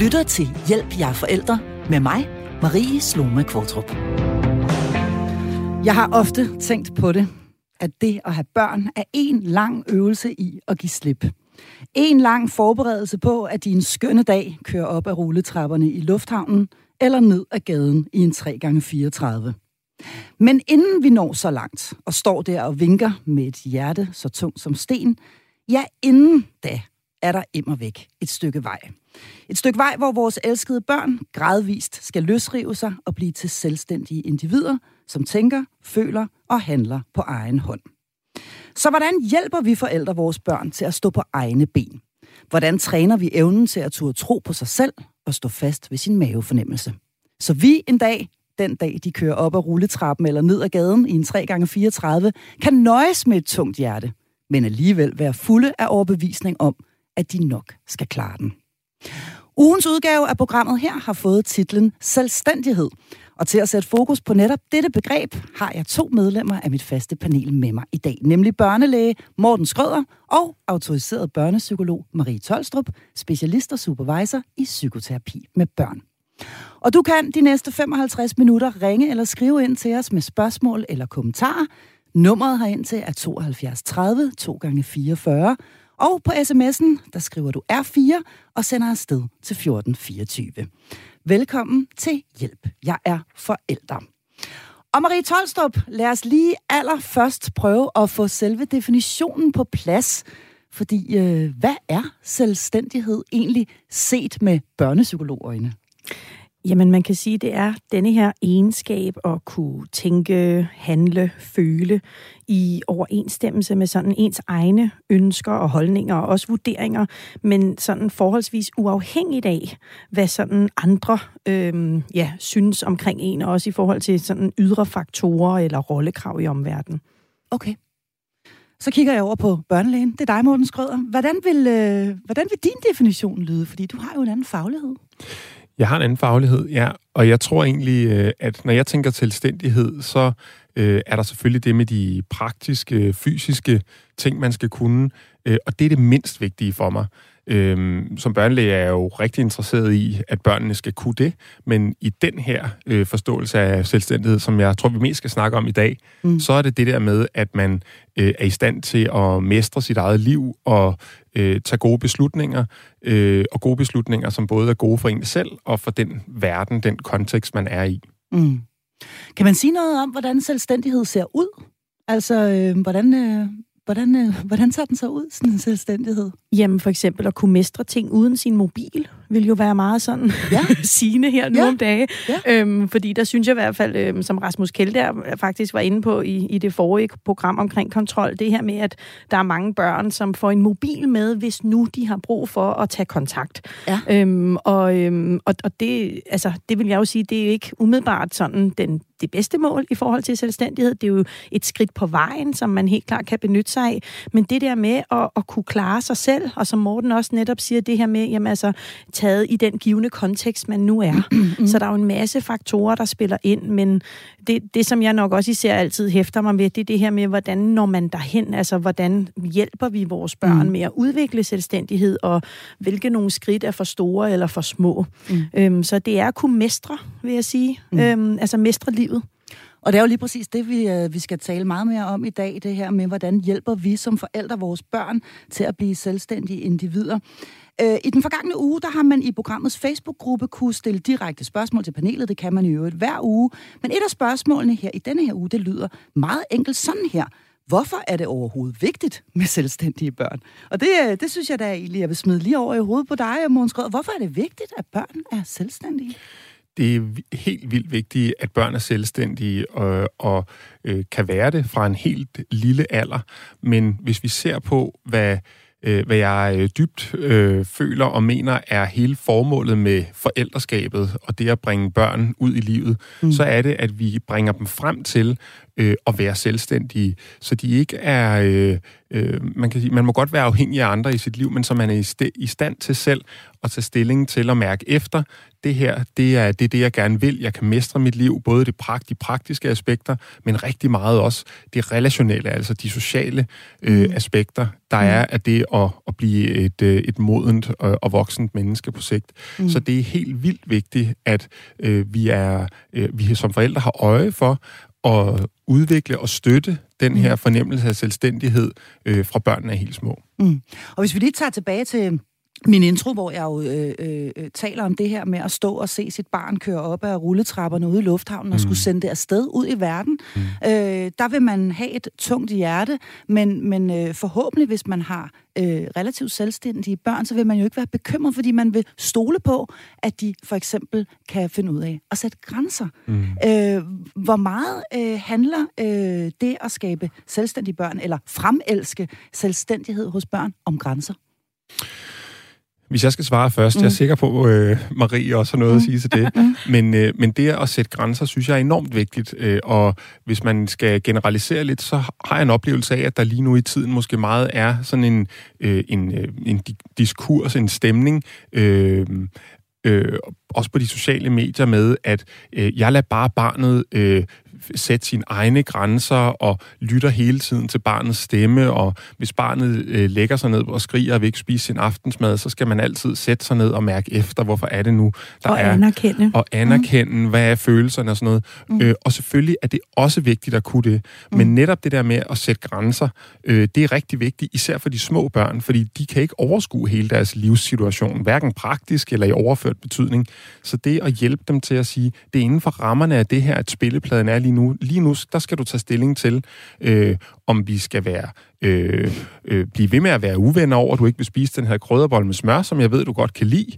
lytter til Hjælp jer forældre med mig, Marie Sloma Kvartrup. Jeg har ofte tænkt på det, at det at have børn er en lang øvelse i at give slip. En lang forberedelse på, at de en skønne dag kører op ad rulletrapperne i lufthavnen eller ned ad gaden i en 3x34. Men inden vi når så langt og står der og vinker med et hjerte så tungt som sten, ja, inden da er der immervæk et stykke vej. Et stykke vej, hvor vores elskede børn gradvist skal løsrive sig og blive til selvstændige individer, som tænker, føler og handler på egen hånd. Så hvordan hjælper vi forældre vores børn til at stå på egne ben? Hvordan træner vi evnen til at turde tro på sig selv og stå fast ved sin mavefornemmelse? Så vi en dag, den dag de kører op ad rulletrappen eller ned ad gaden i en 3x34, kan nøjes med et tungt hjerte, men alligevel være fulde af overbevisning om, at de nok skal klare den. Ugens udgave af programmet her har fået titlen Selvstændighed. Og til at sætte fokus på netop dette begreb, har jeg 2 medlemmer af mit faste panel med mig i dag. Nemlig børnelæge Morten Schrøder og autoriseret børnepsykolog Marie Tolstrup, specialist og supervisor i psykoterapi med børn. Og du kan de næste 55 minutter ringe eller skrive ind til os med spørgsmål eller kommentarer. Nummeret herind til er 72 30 2x44. Og på sms'en, der skriver du R4 og sender afsted til 1424. Velkommen til Hjælp. Jeg er forælder. Og Marie Tolstrup, lad os lige allerførst prøve at få selve definitionen på plads. Fordi hvad er selvstændighed egentlig set med børnepsykologøjne? Jamen, man kan sige, det er denne her egenskab at kunne tænke, handle, føle i overensstemmelse med sådan ens egne ønsker og holdninger og også vurderinger, men sådan forholdsvis uafhængigt af, hvad sådan andre synes omkring en, og også i forhold til sådan ydre faktorer eller rollekrav i omverdenen. Okay. Så kigger jeg over på børnelægen. Det er dig, Morten Schrøder. Hvordan vil din definition lyde? Fordi du har jo en anden faglighed. Jeg har en anden faglighed, ja, og jeg tror egentlig, at når jeg tænker selvstændighed, så er der selvfølgelig det med de praktiske, fysiske ting, man skal kunne, og det er det mindst vigtige for mig. Som børnelæge er jeg jo rigtig interesseret i, at børnene skal kunne det, men i den her forståelse af selvstændighed, som jeg tror, vi mest skal snakke om i dag, så er det det der med, at man er i stand til at mestre sit eget liv og tage gode beslutninger, og gode beslutninger, som både er gode for en selv og for den verden, den kontekst, man er i. Mm. Kan man sige noget om, hvordan selvstændighed ser ud? Altså, hvordan tager den så ud, sådan en selvstændighed? Jamen, for eksempel at kunne mestre ting uden sin mobil, vil jo være meget sådan sigende her nu om dage. Ja. Fordi der synes jeg i hvert fald, som Rasmus Kjeldager faktisk var inde på i det forrige program omkring kontrol, det her med, at der er mange børn, som får en mobil med, hvis nu de har brug for at tage kontakt. Ja. Og det, altså, det vil jeg jo sige, det er jo ikke umiddelbart sådan det bedste mål i forhold til selvstændighed. Det er jo et skridt på vejen, som man helt klart kan benytte sig af. Men det der med at kunne klare sig selv, og som Morten også netop siger, det her med, jamen altså, taget i den givne kontekst, man nu er. Så der er jo en masse faktorer, der spiller ind, men det som jeg nok også især altid hæfter mig ved, det er det her med, hvordan når man derhen, altså hvordan hjælper vi vores børn med at udvikle selvstændighed, og hvilke nogle skridt er for store eller for små. Så det er at kunne mestre, vil jeg sige. Altså mestre livet. Og det er jo lige præcis det, vi skal tale meget mere om i dag, det her med, hvordan hjælper vi som forældre vores børn til at blive selvstændige individer. I den forgangne uge, der har man i programmets Facebook-gruppe kunne stille direkte spørgsmål til panelet. Det kan man i øvrigt hver uge. Men et af spørgsmålene her i denne her uge, det lyder meget enkelt sådan her. Hvorfor er det overhovedet vigtigt med selvstændige børn? Og det synes jeg da egentlig, jeg vil smide lige over i hovedet på dig, Morten Schrøder. Hvorfor er det vigtigt, at børn er selvstændige? Det er helt vildt vigtigt, at børn er selvstændige og kan være det fra en helt lille alder. Men hvis vi ser på, hvad jeg dybt føler og mener er hele formålet med forældreskabet og det at bringe børn ud i livet, så er det, at vi bringer dem frem til at være selvstændige, så de ikke er... man kan sige, man må godt være afhængig af andre i sit liv, men så man er i stand til selv at tage stilling til at mærke efter. Det her, det er det, jeg gerne vil. Jeg kan mestre mit liv, både de praktiske aspekter, men rigtig meget også det relationelle, altså de sociale aspekter, der er af det at blive et modent og voksent menneske på sigt. Så det er helt vildt vigtigt, at vi som forældre har øje for at udvikle og støtte den her fornemmelse af selvstændighed fra børnene er helt små. Og hvis vi lige tager tilbage til min intro, hvor jeg jo taler om det her med at stå og se sit barn køre op ad rulletrapperne ude i lufthavnen og skulle sende det afsted ud i verden, der vil man have et tungt hjerte, men forhåbentlig, hvis man har relativt selvstændige børn, så vil man jo ikke være bekymret, fordi man vil stole på, at de for eksempel kan finde ud af at sætte grænser. Hvor meget handler det at skabe selvstændige børn, eller fremelske selvstændighed hos børn, om grænser? Hvis jeg skal svare først, jeg er sikker på, Marie også har noget at sige til det, men det at sætte grænser, synes jeg er enormt vigtigt, og hvis man skal generalisere lidt, så har jeg en oplevelse af, at der lige nu i tiden måske meget er sådan en diskurs, en stemning, også på de sociale medier med, at jeg lader bare barnet sætte sine egne grænser og lytter hele tiden til barnets stemme, og hvis barnet lægger sig ned og skriger og vil ikke spise sin aftensmad, så skal man altid sætte sig ned og mærke efter, hvorfor er det nu, der og er. Anerkende. Og anerkende, hvad er følelserne og sådan noget. Og selvfølgelig er det også vigtigt at kunne det, men netop det der med at sætte grænser, det er rigtig vigtigt, især for de små børn, fordi de kan ikke overskue hele deres livssituation, hverken praktisk eller i overført betydning. Så det at hjælpe dem til at sige, det er inden for rammerne af det her, at spillepladen er lige nu, der skal du tage stilling til, om vi skal være blive ved med at være uvenner over, at du ikke vil spise den her krydderbolle med smør, som jeg ved, du godt kan lide,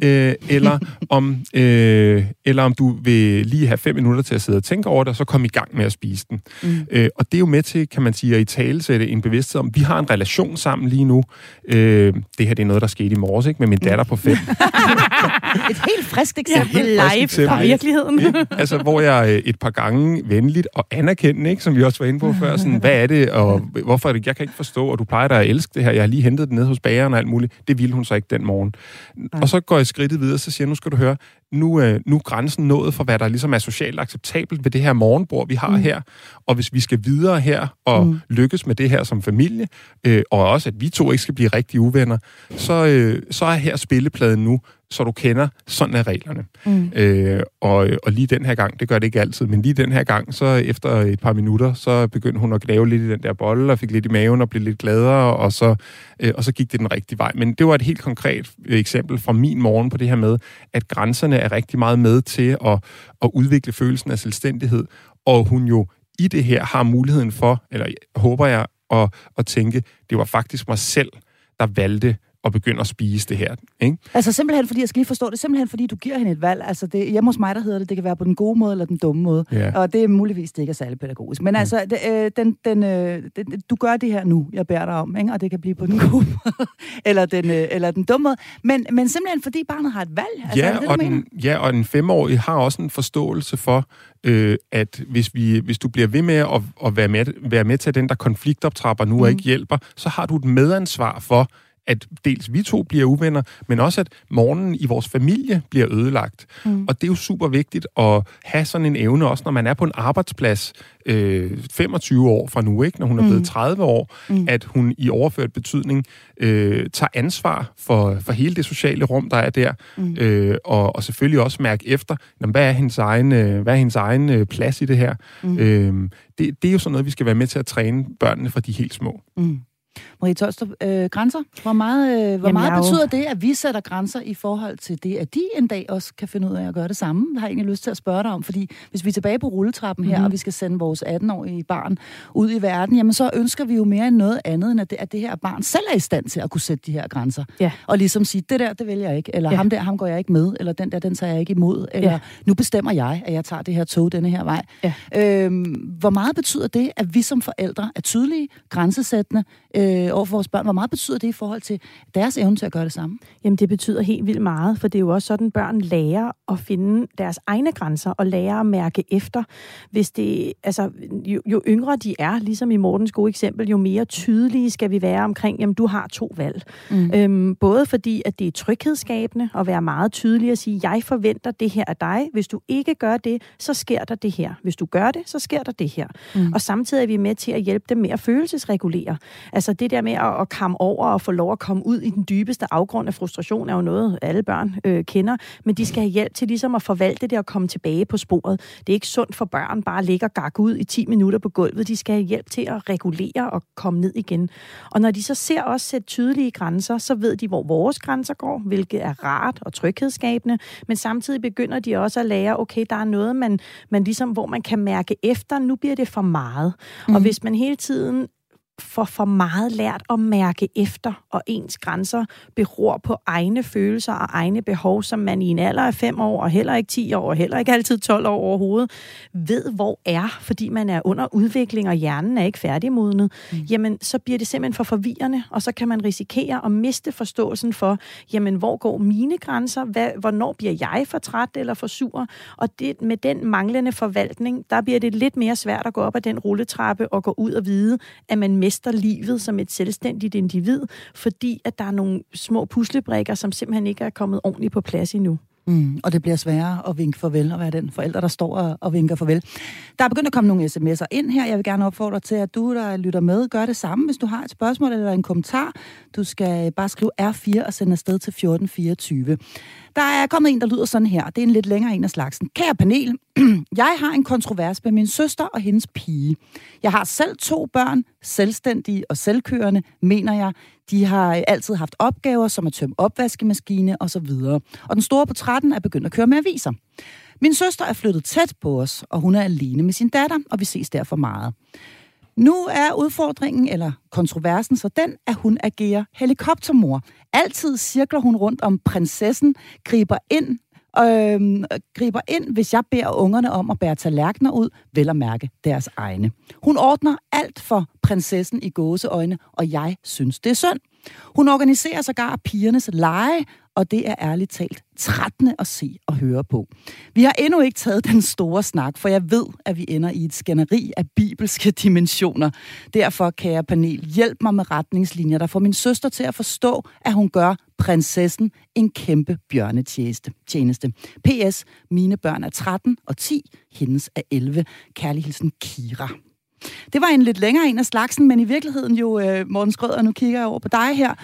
eller om du vil lige have 5 minutter til at sidde og tænke over det, og så komme i gang med at spise den. Og det er jo med til, kan man sige, at italesætte en bevidsthed om, vi har en relation sammen lige nu. Det her, det er noget, der skete i morges, ikke? Med min datter på 5. Et helt frisk eksempel. Live fra virkeligheden. Altså, hvor jeg et par gange venligt og anerkendende, ikke, som vi også var inde på før, sådan, hvad er det, og hvorfor er det, jeg kan ikke forstå, og du plejer da at elske det her, jeg har lige hentet det ned hos bageren og alt muligt. Det ville hun så ikke den morgen. Og så går jeg skridtet videre, så siger jeg, nu skal du høre, nu er grænsen nået for, hvad der ligesom er socialt acceptabelt ved det her morgenbord, vi har her. Og hvis vi skal videre her og lykkes med det her som familie, og også at vi to ikke skal blive rigtig uvenner, så er her spillepladen nu, så du kender, sådan er reglerne. Og lige den her gang, det gør det ikke altid, men lige den her gang, så efter et par minutter, så begyndte hun at gnave lidt i den der bolle, og fik lidt i maven og blev lidt gladere, og så gik det den rigtige vej. Men det var et helt konkret eksempel fra min morgen på det her med, at grænserne er rigtig meget med til at udvikle følelsen af selvstændighed, og hun jo i det her har muligheden for, eller håber jeg, at tænke, det var faktisk mig selv, der valgte at begynde at spise det her, ikke? Altså simpelthen fordi, jeg skal lige forstå det, simpelthen fordi du giver hende et valg. Altså det, hjemme hos mig, der hedder det kan være på den gode måde eller den dumme måde. Yeah. Og det er muligvis, det ikke er særlig pædagogisk. Men altså, du gør det her nu, jeg beder dig om, ikke? Og det kan blive på den gode måde, eller den dumme måde. Men simpelthen fordi barnet har et valg. Altså, og den 5-årige har også en forståelse for, at hvis du bliver ved med at være med til den, der konfliktoptrapper nu og ikke hjælper, så har du et medansvar for, at dels vi to bliver uvenner, men også at morgenen i vores familie bliver ødelagt. Og det er jo super vigtigt at have sådan en evne, også når man er på en arbejdsplads 25 år fra nu, ikke, når hun er blevet 30 år, at hun i overført betydning tager ansvar for hele det sociale rum, der er der, og selvfølgelig også mærke efter, hvad er hendes egen plads i det her. Det er jo sådan noget, vi skal være med til at træne børnene fra de helt små. Marie Tolstrup, grænser. Hvor meget betyder det, at vi sætter grænser i forhold til det, at de en dag også kan finde ud af at gøre det samme? Det har jeg egentlig lyst til at spørge dig om, fordi hvis vi er tilbage på rulletrappen her, og vi skal sende vores 18-årige barn ud i verden, jamen så ønsker vi jo mere end noget andet, end at det her barn selv er i stand til at kunne sætte de her grænser. Ja. Og ligesom sige, det der, det vælger jeg ikke, eller ham går jeg ikke med, eller den der, den tager jeg ikke imod, eller nu bestemmer jeg, at jeg tager det her tog denne her vej. Ja. Hvor meget betyder det, at vi som forældre er tydelige, grænsesættende, over for vores børn. Hvor meget betyder det i forhold til deres evne til at gøre det samme? Jamen, det betyder helt vildt meget, for det er jo også sådan, børn lærer at finde deres egne grænser og lærer at mærke efter. Hvis det, altså, jo yngre de er, ligesom i Mortens gode eksempel, jo mere tydelige skal vi være omkring, jamen, du har 2 valg. Både fordi, at det er tryghedsskabende at være meget tydelig og sige, jeg forventer det her af dig. Hvis du ikke gør det, så sker der det her. Hvis du gør det, så sker der det her. Og samtidig er vi med til at hjælpe dem med at følelsesregulere. Altså det der med at kamme over og få lov at komme ud i den dybeste afgrund af frustration, er jo noget, alle børn kender. Men de skal have hjælp til ligesom at forvalte det og komme tilbage på sporet. Det er ikke sundt for børn bare at ligge og gakke ud i 10 minutter på gulvet. De skal have hjælp til at regulere og komme ned igen. Og når de så ser os sætte tydelige grænser, så ved de, hvor vores grænser går, hvilket er rart og tryghedsskabende. Men samtidig begynder de også at lære, okay, der er noget, man ligesom, hvor man kan mærke efter, nu bliver det for meget. Og hvis man hele tiden får for meget lært at mærke efter, og ens grænser beror på egne følelser og egne behov, som man i en alder af 5 år, og heller ikke 10 år, og heller ikke altid 12 år overhovedet, ved hvor er, fordi man er under udvikling, og hjernen er ikke færdigmodnet, jamen så bliver det simpelthen for forvirrende, og så kan man risikere at miste forståelsen for, jamen hvor går mine grænser, hvornår bliver jeg for træt eller for sur, og det, med den manglende forvaltning, der bliver det lidt mere svært at gå op ad den rulletrappe og gå ud og vide, at man mister livet som et selvstændigt individ, fordi at der er nogle små puslebrikker, som simpelthen ikke er kommet ordentligt på plads endnu. Og det bliver sværere at vinke farvel og være den forælder, der står og vinker farvel. Der er begyndt at komme nogle sms'er ind her. Jeg vil gerne opfordre til, at du, der lytter med, gør det samme. Hvis du har et spørgsmål eller en kommentar, du skal bare skrive R4 og sende afsted til 1424. Der er kommet en, der lyder sådan her. Det er en lidt længere en af slagsen. Kære panel, jeg har en kontrovers med min søster og hendes pige. Jeg har selv 2 børn, selvstændige og selvkørende, mener jeg. De har altid haft opgaver, som at tømme opvaskemaskine osv. Og den store på 13 er begyndt at køre med aviser. Min søster er flyttet tæt på os, og hun er alene med sin datter, og vi ses derfor meget. Nu er udfordringen, eller kontroversen, så den, at hun agerer helikoptermor. Altid cirkler hun rundt om prinsessen, griber ind, hvis jeg beder ungerne om at bære tallerkener ud, vel at mærke deres egne. Hun ordner alt for prinsessen i gåseøjne, og jeg synes, det er synd. Hun organiserer sågar pigernes lege, og det er ærligt talt trættende at se og høre på. Vi har endnu ikke taget den store snak, for jeg ved, at vi ender i et skænderi af bibelske dimensioner. Derfor, kære panel, hjælp mig med retningslinjer, der får min søster til at forstå, at hun gør prinsessen en kæmpe bjørnetjeneste. PS, mine børn er 13 og 10, hendes er 11. Kærlig hilsen, Kira. Det var en lidt længere en af slagsen, men i virkeligheden jo, Morten Schrøder, nu kigger jeg over på dig her,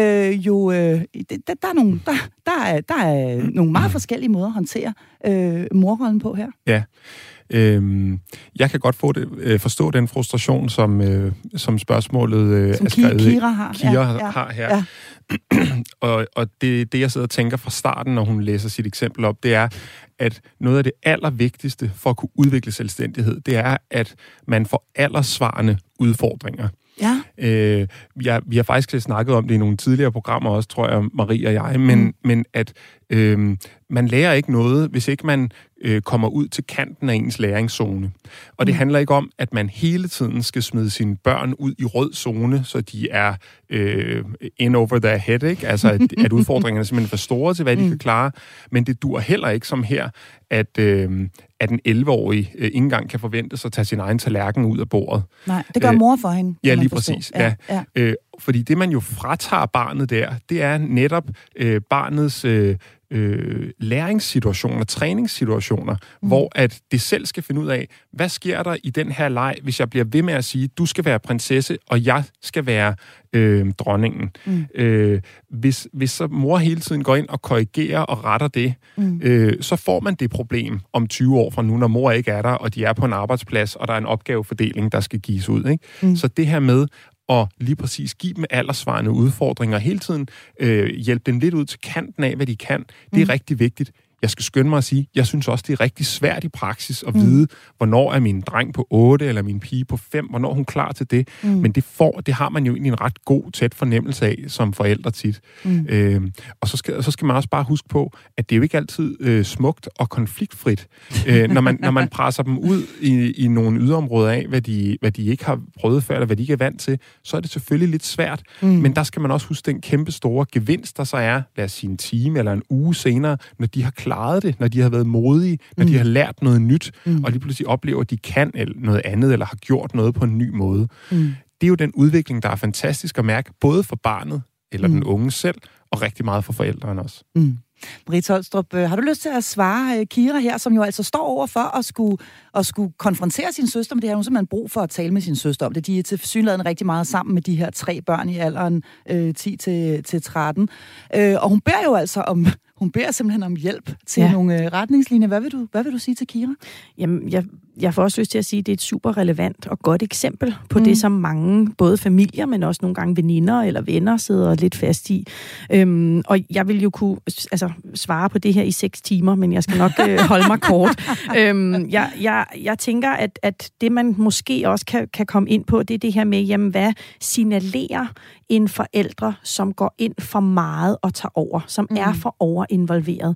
der er nogle meget forskellige måder at håndtere morrollen på her. Ja. Jeg kan godt forstå den frustration, som spørgsmålet som er skrevet. Kira har her. Ja. Og det, jeg sidder og tænker fra starten, når hun læser sit eksempel op, det er, at noget af det allervigtigste for at kunne udvikle selvstændighed, det er, at man får alderssvarende udfordringer. Ja. Vi har faktisk snakket om det i nogle tidligere programmer også, tror jeg, Marie og jeg, men at man lærer ikke noget, hvis ikke man kommer ud til kanten af ens læringszone. Og det handler ikke om, at man hele tiden skal smide sine børn ud i rød zone, så de er in over their head, ikke? Altså, at udfordringerne er simpelthen for store til, hvad de kan klare. Men det dur heller ikke som her, at en 11-årig ikke engang kan forventes at tage sin egen tallerken ud af bordet. Nej, det gør mor for hende. Ja, lige præcis. Ja. Fordi det, man jo fratager barnet der, det er netop barnets læringssituationer, træningssituationer, hvor at det selv skal finde ud af, hvad sker der i den her leg, hvis jeg bliver ved med at sige, du skal være prinsesse, og jeg skal være dronningen. Hvis så mor hele tiden går ind og korrigerer og retter det, så får man det problem om 20 år fra nu, når mor ikke er der, og de er på en arbejdsplads, og der er en opgavefordeling, der skal gives ud. Ikke? Så det her med og lige præcis give dem alderssvarende udfordringer, hele tiden hjælpe dem lidt ud til kanten af, hvad de kan, det er rigtig vigtigt. jeg skal skynde mig at sige, jeg synes også, det er rigtig svært i praksis at vide, hvornår er min dreng på 8 eller min pige på 5, hvornår er hun klar til det. Men det har man jo egentlig en ret god, tæt fornemmelse af som forældre tit. Og så skal man også bare huske på, at det er jo ikke altid smukt og konfliktfrit. Når man presser dem ud i nogle yderområder af, hvad de ikke har prøvet før, eller hvad de ikke er vant til, så er det selvfølgelig lidt svært. Men der skal man også huske den kæmpe store gevinst, der så er, lad os sige en time eller en uge senere, når de har klaret det, når de har været modige, når de har lært noget nyt, og lige pludselig oplever, at de kan noget andet, eller har gjort noget på en ny måde. Det er jo den udvikling, der er fantastisk at mærke, både for barnet, eller den unge selv, og rigtig meget for forældrene også. Marie Tolstrup, har du lyst til at svare Kira her, som jo altså står over for at skulle konfrontere sin søster med det her? Hun har simpelthen brug for at tale med sin søster om det. De er tilsyneladende rigtig meget sammen med de her 3 børn i alderen 10-13. Og hun beder jo altså simpelthen om hjælp til nogle retningslinjer. Hvad vil du sige til Kira? Jamen, jeg får også lyst til at sige, at det er et super relevant og godt eksempel på det, som mange, både familier, men også nogle gange veninder eller venner, sidder lidt fast i. Og jeg vil jo kunne svare på det her i 6 timer, men jeg skal nok holde mig kort. Jeg tænker, at det, man måske også kan komme ind på, det er det her med, jamen, hvad signalerer en forældre, som går ind for meget og tager over, som er for overinvolveret.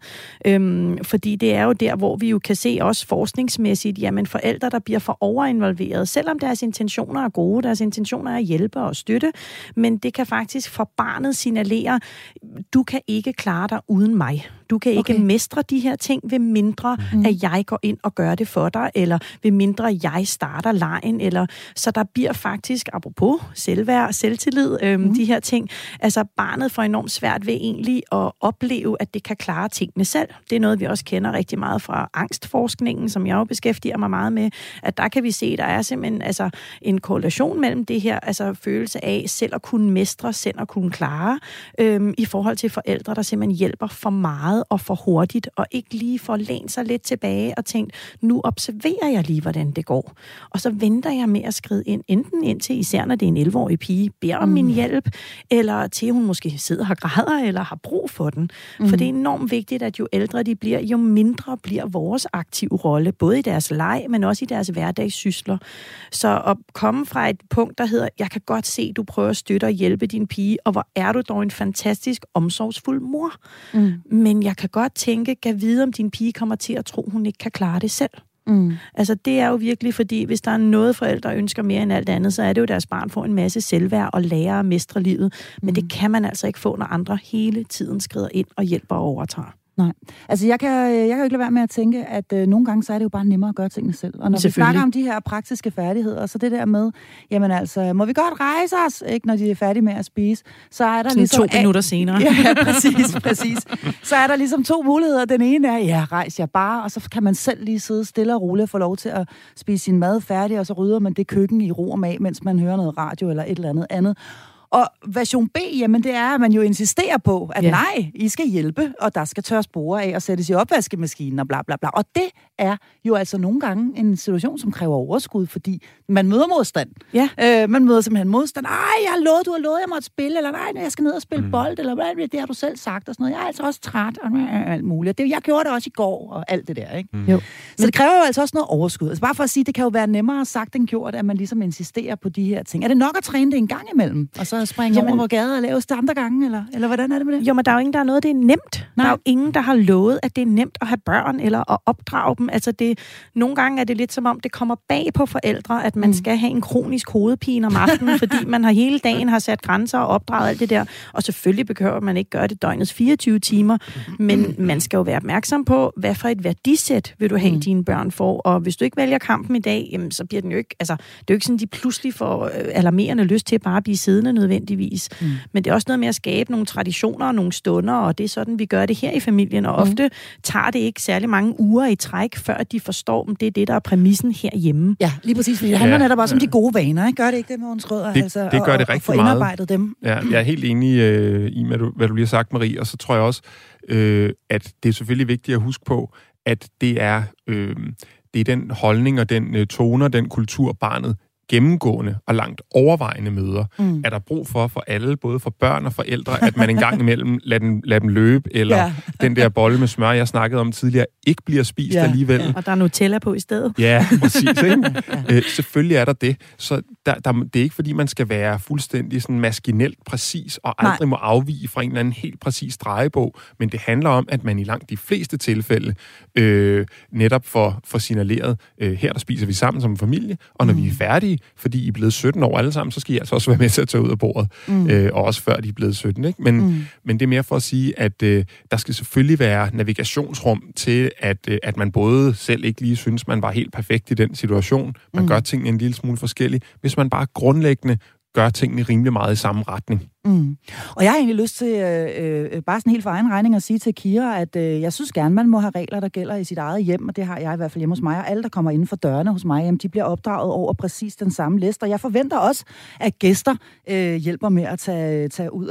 Fordi det er jo der, hvor vi jo kan se også forskningsmæssigt, jamen forældre, der bliver for overinvolveret, selvom deres intentioner er gode, deres intentioner er at hjælpe og støtte, men det kan faktisk for barnet signalere, du kan ikke klare dig uden mig. Du kan ikke mestre de her ting, ved mindre at jeg går ind og gør det for dig, eller ved mindre at jeg starter legen, eller så der bliver faktisk, apropos selvværd, selvtillid, de her ting, altså barnet får enormt svært ved egentlig at opleve, at det kan klare tingene selv. Det er noget, vi også kender rigtig meget fra angstforskningen, som jeg jo beskæftiger mig meget med, at der kan vi se, at der er simpelthen en korrelation mellem det her, følelse af selv at kunne mestre, selv at kunne klare, i forhold til forældre, der simpelthen hjælper for meget og for hurtigt, og ikke lige får lænet sig lidt tilbage og tænkt, nu observerer jeg lige, hvordan det går. Og så venter jeg med at skride ind, enten indtil, især når det er en 11-årig pige, beder om min hjælp, eller til hun måske sidder og græder, eller har brug for den. For det er enormt vigtigt, at jo ældre de bliver, jo mindre bliver vores aktive rolle, både i deres leg, men også i deres hverdagssysler. Så at komme fra et punkt, der hedder, jeg kan godt se, du prøver at støtte og hjælpe din pige, og hvor er du dog en fantastisk, omsorgsfuld mor. Men jeg kan godt tænke, kan vide, om din pige kommer til at tro, hun ikke kan klare det selv. Det er jo virkelig, fordi hvis der er noget forældre ønsker mere end alt andet, så er det jo, at deres barn får en masse selvværd og lærer at mestre livet. Men det kan man altså ikke få, når andre hele tiden skrider ind og hjælper og overtager. Nej. Jeg kan jo ikke lade være med at tænke, at nogle gange så er det jo bare nemmere at gøre tingene selv. Og når vi snakker om de her praktiske færdigheder, så det der med, jamen må vi godt rejse os, ikke, når de er færdige med at spise, så er der sådan ligesom 2 minutter senere. Ja, præcis. Så er der ligesom 2 muligheder. Den ene er, rejs jer bare, og så kan man selv lige sidde stille og roligt og få lov til at spise sin mad færdig, og så rydder man det køkken i ro og mag, mens man hører noget radio eller et eller andet. Og version B, jamen det er, at man jo insisterer på, at nej, I skal hjælpe, og der skal tørres borde af og sættes i opvaskemaskinen og bla bla bla. Og det er jo altså nogle gange en situation, som kræver overskud, fordi man møder modstand. Ja. Man møder simpelthen modstand. Du har lovet, jeg måtte spille, eller nej, jeg skal ned og spille bold, eller hvad, det har du selv sagt, og sådan noget. Jeg er altså også træt, og alt muligt. Jeg gjorde det også i går, og alt det der, ikke? Jo. Så det kræver jo altså også noget overskud. Altså bare for at sige, det kan jo være nemmere sagt end gjort, at man ligesom insisterer på de her ting. Er det nok at træne det en gang imellem, og så springe over på gaden og lave andre gange, eller hvordan er det med det? Jo, men der er jo ingen, der er noget, det er nemt. Nej. Der er jo ingen, der har lovet, at det er nemt at have børn, eller at opdrage dem. Altså nogle gange er det lidt som om, det kommer bag på forældre, at man skal have en kronisk hovedpine om aftenen, fordi man hele dagen har sat grænser og opdraget alt det der. Og selvfølgelig behøver man ikke gøre det døgnets 24 timer, men man skal jo være opmærksom på, hvad for et værdisæt vil du have dine børn for. Og hvis du ikke vælger kampen i dag, jamen, så bliver den jo ikke, det er jo ikke sådan, de pludselig får alarmerende lyst til bare at blive siddende nødvendigvis. Men det er også noget med at skabe nogle traditioner og nogle stunder, og det er sådan, vi gør det her i familien, og ofte tager det ikke særlig mange uger i træk, før de forstår, om det er det, der er præmissen herhjemme. Ja, lige præcis, fordi det handler netop også om de gode vaner, ikke? Gør det ikke det med Mogens Rødder? Det gør det rigtig få indarbejdet dem. Ja, jeg er helt enig i, hvad du lige har sagt, Marie, og så tror jeg også, at det er selvfølgelig vigtigt at huske på, at det er den holdning og den toner, den kultur, barnet gennemgående og langt overvejende møder, er der brug for alle, både for børn og forældre, at man en gang imellem lader dem løbe, eller den der bolle med smør, jeg snakkede om tidligere, ikke bliver spist alligevel. Ja. Og der er Nutella på i stedet. Ja, præcis. Ikke? Selvfølgelig er der det. Så det er ikke, fordi man skal være fuldstændig sådan maskinelt præcis, og aldrig må afvige fra en eller anden helt præcis drejebog, men det handler om, at man i langt de fleste tilfælde netop får signaleret, her der spiser vi sammen som familie, og når vi er færdige, fordi I er blevet 17 år alle sammen, så skal I altså også være med til at tage ud af bordet, og også før de er blevet 17. Ikke? Men det er mere for at sige, at der skal selvfølgelig være navigationsrum til, at man både selv ikke lige synes, man var helt perfekt i den situation, man gør tingene en lille smule forskelligt, hvis man bare grundlæggende gør tingene rimelig meget i samme retning. Og jeg har egentlig lyst til, bare sådan helt for egen regning, at sige til Kira, at jeg synes gerne, man må have regler, der gælder i sit eget hjem, og det har jeg i hvert fald hjemme hos mig, og alle, der kommer inden for dørene hos mig, jamen, de bliver opdraget over præcis den samme liste, og jeg forventer også, at gæster hjælper med at tage ud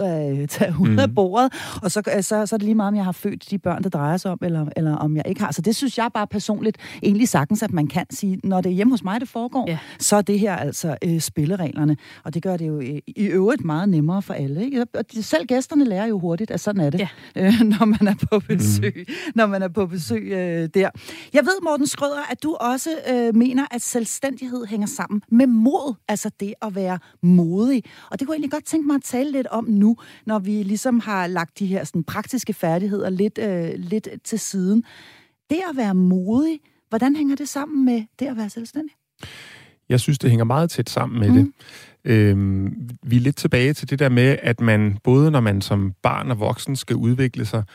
af bordet, og så er det lige meget, om jeg har født de børn, det drejer sig om, eller om jeg ikke har. Så det synes jeg bare personligt egentlig sagtens, at man kan sige, når det er hjemme hos mig, det foregår, så er det her altså spillereglerne, og det gør det jo i øvrigt meget nemmere for alle. Ikke? Og selv gæsterne lærer jo hurtigt, at sådan er det, når man er på besøg. Når man er på besøg der. Jeg ved, Morten Schrøder, at du også mener, at selvstændighed hænger sammen med mod, altså det at være modig. Og det kunne jeg egentlig godt tænke mig at tale lidt om nu, når vi ligesom har lagt de her sådan, praktiske færdigheder lidt til siden. Det at være modig, hvordan hænger det sammen med det at være selvstændig? Jeg synes, det hænger meget tæt sammen med det. Vi er lidt tilbage til det der med, at man, både når man som barn og voksen skal udvikle sig,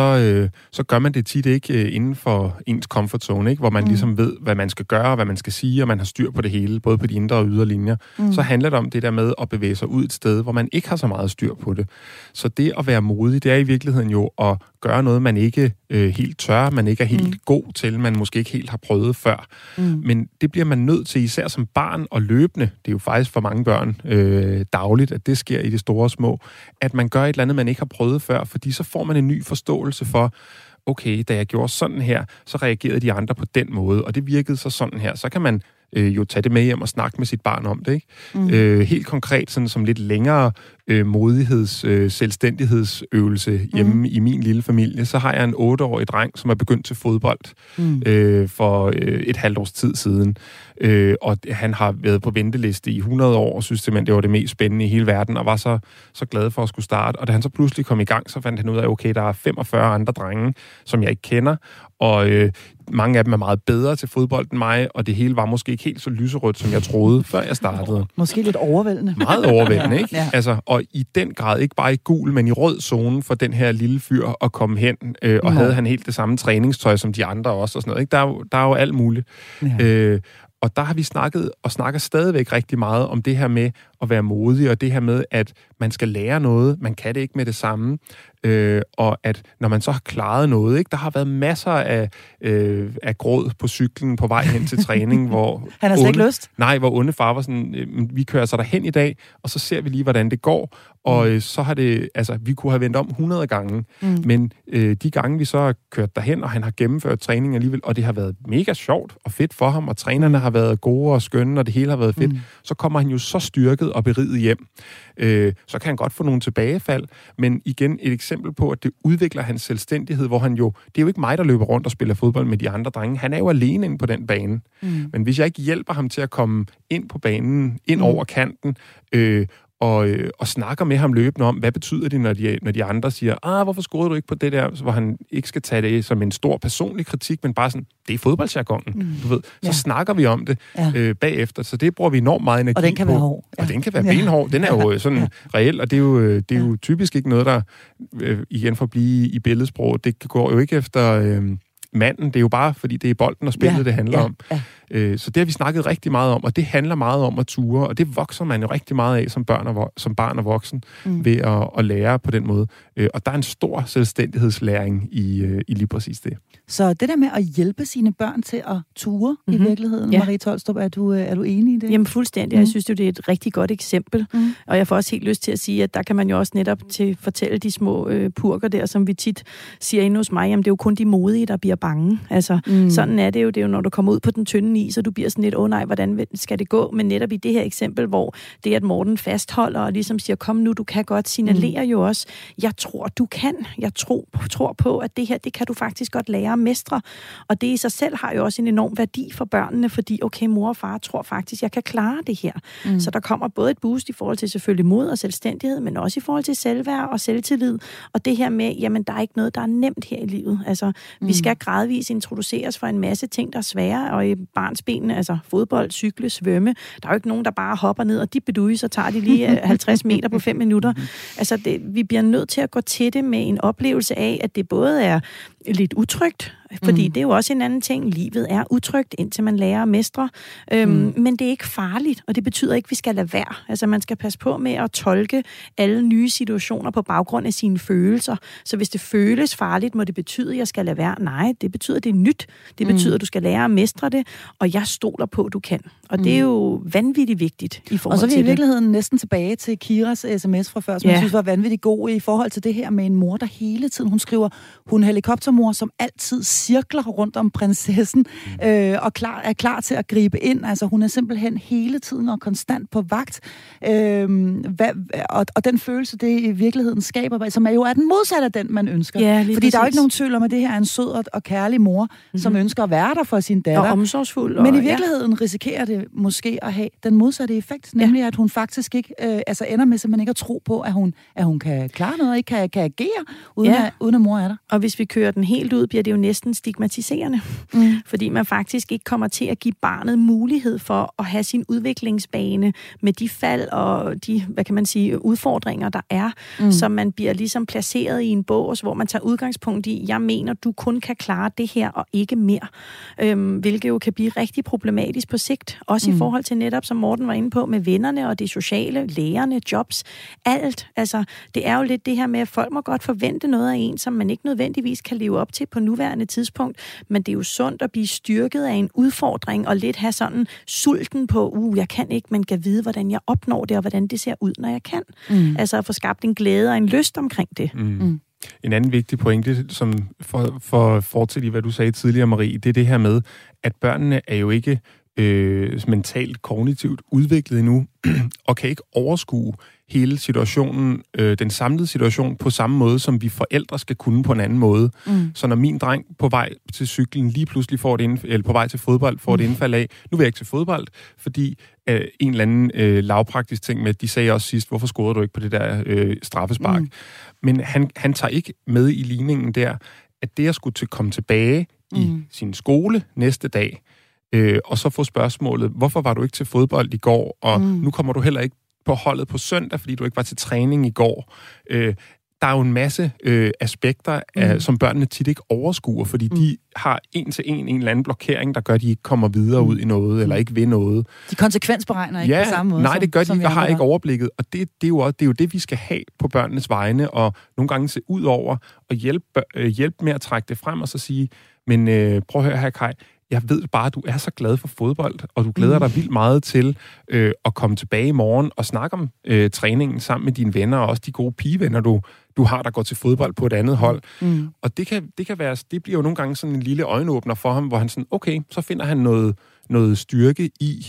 så gør man det tit ikke inden for ens comfort zone, ikke? Hvor man ligesom ved, hvad man skal gøre, og hvad man skal sige, og man har styr på det hele, både på de indre og ydre linjer. Så handler det om det der med at bevæge sig ud et sted, hvor man ikke har så meget styr på det. Så det at være modig, det er i virkeligheden jo at gøre noget, man ikke helt tør, man ikke er helt god til, man måske ikke helt har prøvet før. Men det bliver man nødt til, især som barn og løbende, det er jo faktisk for mange børn dagligt, at det sker i det store og små, at man gør et eller andet, man ikke har prøvet før, fordi så får man en ny forståelse for, okay, da jeg gjorde sådan her, så reagerede de andre på den måde, og det virkede så sådan her. Så kan man jo tage det med hjem og snakke med sit barn om det, ikke? Helt konkret, sådan som lidt længere selvstændighedsøvelse hjemme i min lille familie, så har jeg en 8-årig dreng, som er begyndt til fodbold for et halvt års tid siden. Og han har været på venteliste i 100 år, og synes simpelthen, det var det mest spændende i hele verden, og var så glad for at skulle starte. Og da han så pludselig kom i gang, så fandt han ud af, okay, der er 45 andre drenge, som jeg ikke kender, og mange af dem er meget bedre til fodbold end mig, og det hele var måske ikke helt så lyserødt, som jeg troede, før jeg startede. Måske lidt overvældende. Meget overvældende, ikke? Ja. Altså, og i den grad, ikke bare i gul, men i rød zone for den her lille fyr at komme hen, og havde han helt det samme træningstøj som de andre også, og sådan noget, ikke? Der er jo alt muligt. Ja. Og der har vi snakket, og snakker stadigvæk rigtig meget om det her med at være modig, og det her med, at man skal lære noget, man kan det ikke med det samme, og at når man så har klaret noget, ikke, der har været masser af gråd på cyklen på vej hen til træning, hvor han har slet ikke lyst? Nej, hvor onde far var sådan, vi kører så derhen i dag, og så ser vi lige, hvordan det går, og så har det, altså, vi kunne have vendt om 100 gange, men de gange, vi så har kørt derhen, og han har gennemført træning alligevel, og det har været mega sjovt og fedt for ham, og trænerne har været gode og skønne, og det hele har været fedt, så kommer han jo så styrket og beriget hjem. Så kan han godt få nogle tilbagefald, men igen et eksempel på, at det udvikler hans selvstændighed, hvor han jo, det er jo ikke mig, der løber rundt og spiller fodbold med de andre drenge, han er jo alene inde på den bane. Men hvis jeg ikke hjælper ham til at komme ind på banen, ind over kanten, og snakker med ham løbende om, hvad betyder det, når de andre siger, hvorfor scorede du ikke på det der, hvor han ikke skal tage det som en stor personlig kritik, men bare sådan, det er fodboldsjargonen, du ved. Så snakker vi om det bagefter, så det bruger vi enormt meget energi på. Og den kan være hård. Og den kan være benhård. Den er jo sådan reel, og det er jo typisk ikke noget, der igen for at blive i billedsprog, det går jo ikke efter manden, det er jo bare, fordi det er bolden og spillet, det handler om. Så det har vi snakket rigtig meget om, og det handler meget om at ture, og det vokser man jo rigtig meget af som barn og voksen ved at lære på den måde. Og der er en stor selvstændighedslæring i lige præcis det. Så det der med at hjælpe sine børn til at ture i virkeligheden, Marie Tolstrup, er du enig i det? Jamen fuldstændig, jeg synes jo, det er et rigtig godt eksempel, og jeg får også helt lyst til at sige, at der kan man jo også netop fortælle de små purker der, som vi tit siger inde hos mig, jamen det er jo kun de modige, der bliver bange. Altså, sådan er det jo. Det er jo, når du kommer ud på den tynde is, og du bliver sådan lidt, nej, hvordan skal det gå? Men netop i det her eksempel, hvor det, at Morten fastholder og ligesom siger, kom nu, du kan godt, signalerer jo også, jeg tror, du kan. Jeg tror på, at det her, det kan du faktisk godt lære at mestre. Og det i sig selv har jo også en enorm værdi for børnene, fordi, okay, mor og far tror faktisk, jeg kan klare det her. Så der kommer både et boost i forhold til selvfølgelig mod og selvstændighed, men også i forhold til selvværd og selvtillid. Og det her med, jamen, der er ikke noget, der er nemt her i livet. Altså, vi skal gradvist introduceres for en masse ting, der er svære, og i barnsbenene, altså fodbold, cykle, svømme, der er jo ikke nogen, der bare hopper ned, og så tager de lige 50 meter på 5 minutter. Altså, vi bliver nødt til at gå til det med en oplevelse af, at det både er lidt utrygt, fordi det er jo også en anden ting. Livet er utrygt, indtil man lærer at mestre. Men det er ikke farligt, og det betyder ikke, at vi skal lade være. Altså, man skal passe på med at tolke alle nye situationer på baggrund af sine følelser. Så hvis det føles farligt, må det betyde, at jeg skal lade være. Nej, det betyder, at det er nyt. Det betyder, at du skal lære at mestre det, og jeg stoler på, at du kan. Og det er jo vanvittigt vigtigt i forhold til det. Og så er vi i virkeligheden næsten tilbage til Kiras sms fra før, som jeg synes var vanvittigt god i forhold til det her med en mor, der hele tiden, hun skriver, hun er helikoptermor, som altid cirkler rundt om prinsessen, og er klar til at gribe ind. Altså, hun er simpelthen hele tiden og konstant på vagt. Og den følelse, det i virkeligheden skaber, som jo er den modsatte af den, man ønsker. Ja, fordi præcis. der er jo ikke nogen tvivl om, at det her er en sød og kærlig mor, som ønsker at være der for sin datter. Og omsorgsfuld. Men i virkeligheden risikerer det måske at have den modsatte effekt, nemlig at hun faktisk ikke ender med simpelthen ikke at tro på, at hun kan klare noget og ikke kan agere, uden at mor er der. Og hvis vi kører den helt ud, bliver det jo næsten stigmatiserende. Fordi man faktisk ikke kommer til at give barnet mulighed for at have sin udviklingsbane med de fald og de, hvad kan man sige, udfordringer, der er, som man bliver ligesom placeret i en bås, hvor man tager udgangspunkt i, jeg mener, du kun kan klare det her og ikke mere. Hvilket jo kan blive rigtig problematisk på sigt. Også i forhold til netop, som Morten var inde på, med vennerne og det sociale, lærerne, jobs, alt. Altså, det er jo lidt det her med, at folk må godt forvente noget af en, som man ikke nødvendigvis kan leve op til på nuværende tidspunkt, men det er jo sundt at blive styrket af en udfordring og lidt have sådan sulten på, jeg kan ikke, men kan vide, hvordan jeg opnår det, og hvordan det ser ud, når jeg kan. Altså at få skabt en glæde og en lyst omkring det. En anden vigtig pointe, som for fortsætte i, hvad du sagde tidligere, Marie, det er det her med, at børnene er jo ikke mentalt, kognitivt udviklet endnu, og kan ikke overskue hele situationen, den samlede situation, på samme måde, som vi forældre skal kunne på en anden måde. Så når min dreng på vej til cyklen lige pludselig får eller på vej til fodbold får et indfald af, nu vil jeg ikke til fodbold, fordi en eller anden lavpraktisk ting med, de sagde også sidst, hvorfor scorede du ikke på det der straffespark? Men han tager ikke med i ligningen der, at det at skulle komme tilbage i sin skole næste dag, og så få spørgsmålet, hvorfor var du ikke til fodbold i går, og nu kommer du heller ikke på holdet på søndag, fordi du ikke var til træning i går. Der er jo en masse aspekter, som børnene tit ikke overskuer, fordi de har en eller anden blokering, der gør, at de ikke kommer videre ud i noget, eller ikke ved noget. De konsekvensberegner ikke på samme måde. Nej, det gør de ikke, og har ikke overblikket. Og det er jo det, vi skal have på børnenes vegne, og nogle gange se ud over, og hjælpe med at trække det frem, og så sige, men prøv at høre her, Kai, jeg ved bare, at du er så glad for fodbold, og du glæder dig vildt meget til at komme tilbage i morgen og snakke om træningen sammen med dine venner, og også de gode pigevenner, du har, der går til fodbold på et andet hold. Og det kan være, det bliver jo nogle gange sådan en lille øjenåbner for ham, hvor han sådan, okay, så finder han noget styrke i,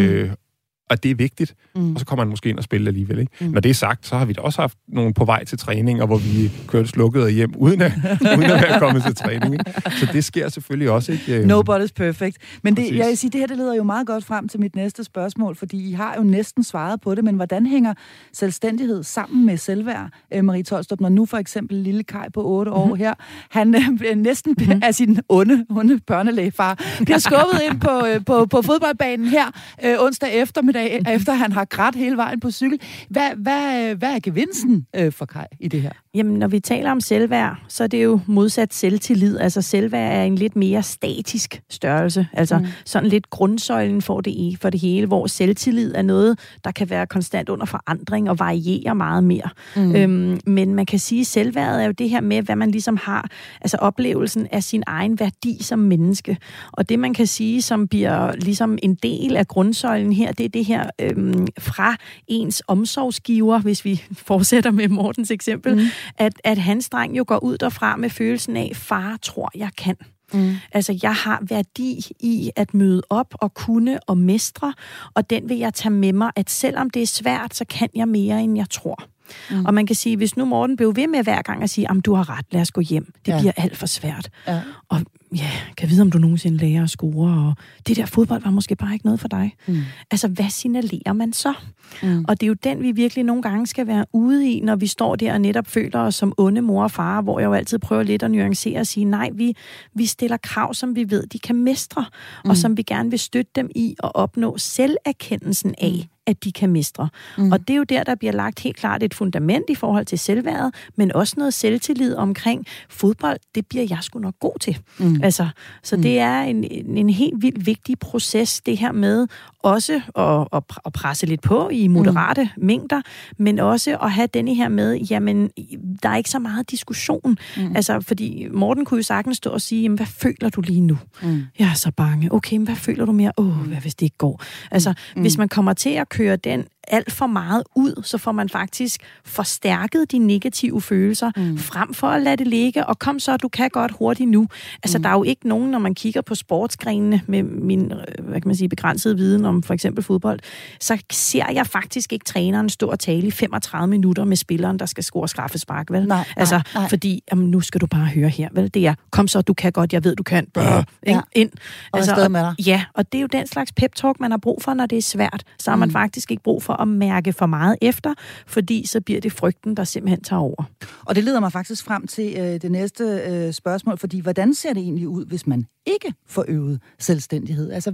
og det er vigtigt, og så kommer han måske ind og spiller alligevel. Ikke? Når det er sagt, så har vi da også haft nogen på vej til træninger, hvor vi kørte slukket hjem, uden at være kommet til træning. Ikke? Så det sker selvfølgelig også ikke. Nobody's perfect. Men jeg vil sige, det her det leder jo meget godt frem til mit næste spørgsmål, fordi I har jo næsten svaret på det, men hvordan hænger selvstændighed sammen med selvværd, Marie Tolstrup, når nu for eksempel lille Kai på 8 år her, han næsten af sin onde børnelægefar, bliver skubbet ind på fodboldbanen her onsdag eftermiddag, efter han har grædt hele vejen på cykel. Hvad er gevinsten for Kai i det her? Jamen, når vi taler om selvværd, så er det jo modsat selvtillid. Altså, selvværd er en lidt mere statisk størrelse. Altså, sådan lidt grundsøjlen for det hele, hvor selvtillid er noget, der kan være konstant under forandring og variere meget mere. Men man kan sige, at selvværdet er jo det her med, hvad man ligesom har, altså oplevelsen af sin egen værdi som menneske. Og det, man kan sige, som bliver ligesom en del af grundsøjlen her, det er det her fra ens omsorgsgiver, hvis vi fortsætter med Mortens eksempel, at hans dreng jo går ud derfra med følelsen af, far tror, jeg kan. Altså, jeg har værdi i at møde op og kunne og mestre, og den vil jeg tage med mig, at selvom det er svært, så kan jeg mere, end jeg tror. Og man kan sige, hvis nu Morten blev ved med hver gang at sige, du har ret, lad os gå hjem. Det bliver alt for svært. Ja. Og kan vide, om du nogensinde lærer at score, og det der fodbold var måske bare ikke noget for dig. Altså, hvad signalerer man så? Og det er jo den, vi virkelig nogle gange skal være ude i, når vi står der og netop føler os som onde mor og far, hvor jeg jo altid prøver lidt at nuancere og sige, nej, vi stiller krav, som vi ved, de kan mestre, og som vi gerne vil støtte dem i at opnå selverkendelsen af, at de kan mestre. Og det er jo der bliver lagt helt klart et fundament i forhold til selvværdet, men også noget selvtillid omkring fodbold, det bliver jeg sgu nok god til. Altså, så det er en helt vildt vigtig proces, det her med også at presse lidt på i moderate mængder, men også at have denne her med, jamen, der er ikke så meget diskussion. Altså, fordi Morten kunne jo sagtens stå og sige, jamen, hvad føler du lige nu? Jeg er så bange. Okay, men hvad føler du mere? Hvad hvis det ikke går? Altså, hvis man kommer til at køre den alt for meget ud, så får man faktisk forstærket de negative følelser, frem for at lade det ligge, og kom så, du kan godt hurtigt nu. Altså, der er jo ikke nogen, når man kigger på sportsgrenene med min, hvad kan man sige, begrænsede viden om for eksempel fodbold, så ser jeg faktisk ikke træneren stå og tale i 35 minutter med spilleren, der skal score straffespark, vel? Nej. Fordi, nu skal du bare høre her, vel? Det er, kom så, du kan godt, jeg ved, du kan. Ind. Altså, og det er jo den slags pep-talk, man har brug for, når det er svært. Så har man faktisk ikke brug for at mærke for meget efter, fordi så bliver det frygten, der simpelthen tager over. Og det leder mig faktisk frem til det næste spørgsmål, fordi hvordan ser det egentlig ud, hvis man ikke får øvet selvstændighed? Altså,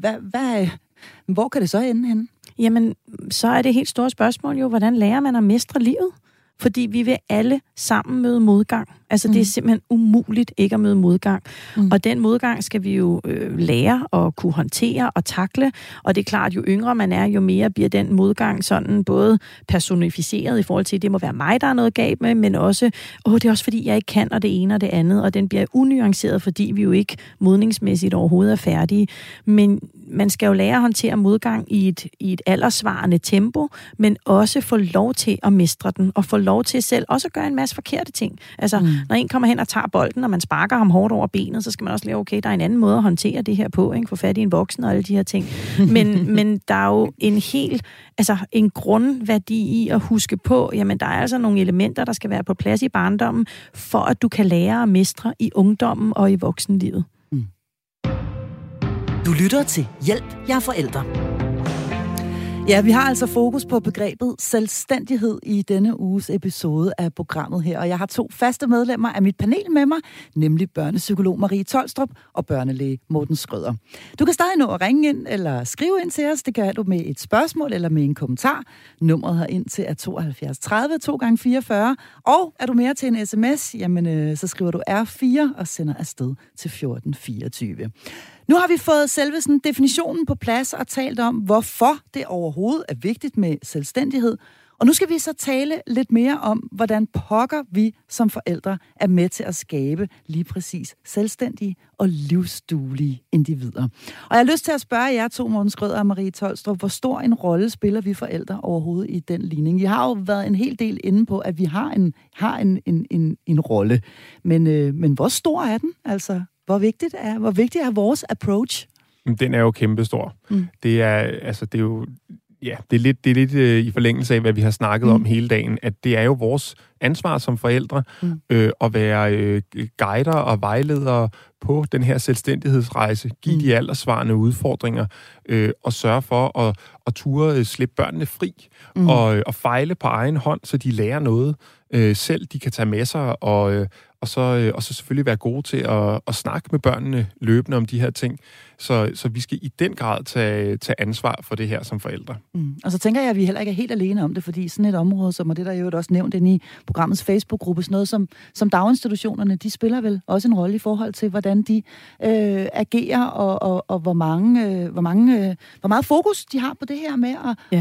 hvor kan det så ende henne? Jamen, så er det helt store spørgsmål jo, hvordan lærer man at mestre livet? Fordi vi vil alle sammen møde modgang. Altså, det er simpelthen umuligt ikke at møde modgang. Og den modgang skal vi jo lære at kunne håndtere og takle. Og det er klart, jo yngre man er, jo mere bliver den modgang sådan både personificeret i forhold til, at det må være mig, der er noget galt med, men også, det er også fordi, jeg ikke kan, og det ene og det andet. Og den bliver unuanceret, fordi vi jo ikke modningsmæssigt overhovedet er færdige. Men man skal jo lære at håndtere modgang i et alderssvarende tempo, men også få lov til at mestre den, og få lov til selv også at gøre en masse forkerte ting. Altså, når en kommer hen og tager bolden, og man sparker ham hårdt over benet, så skal man også lære, okay, der er en anden måde at håndtere det her på, ikke? Få fat i en voksen og alle de her ting. Men der er jo en grundværdi i at huske på, jamen, der er altså nogle elementer, der skal være på plads i barndommen, for at du kan lære at mestre i ungdommen og i voksenlivet. Du lytter til Hjælp, jeg er forældre. Ja, vi har altså fokus på begrebet selvstændighed i denne uges episode af programmet her, og jeg har 2 faste medlemmer af mit panel med mig, nemlig børnepsykolog Marie Tolstrup og børnelæge Morten Schrøder. Du kan stadig nå at ringe ind eller skrive ind til os. Det kan du med et spørgsmål eller med en kommentar. Nummeret herind til er 72 30 2x44, og er du mere til en sms, jamen så skriver du R4 og sender afsted til 1424. Nu har vi fået selve sådan definitionen på plads og talt om, hvorfor det overhovedet er vigtigt med selvstændighed. Og nu skal vi så tale lidt mere om, hvordan pokker vi som forældre er med til at skabe lige præcis selvstændige og livsduelige individer. Og jeg har lyst til at spørge jer 2, Morten Schrøder og Marie Tolstrup, hvor stor en rolle spiller vi forældre overhovedet i den ligning? I har jo været en hel del inde på, at vi har en rolle. Men hvor stor er den? Altså, hvor vigtig er vores approach? Den er jo kæmpestor. Det er jo det er lidt i forlængelse af, hvad vi har snakket om hele dagen, at det er jo vores ansvar som forældre at være guider og vejledere på den her selvstændighedsrejse, give de alderssvarende udfordringer og sørge for at ture slippe børnene fri og fejle på egen hånd, så de lærer noget selv, de kan tage med sig og så selvfølgelig være gode til at snakke med børnene løbende om de her ting. Så vi skal i den grad tage ansvar for det her som forældre. Og så tænker jeg, at vi heller ikke er helt alene om det, fordi sådan et område, som det der jo også nævnt inde i programmets Facebook-gruppe, sådan noget som daginstitutionerne, de spiller vel også en rolle i forhold til, hvordan de agerer, og hvor meget fokus de har på det her med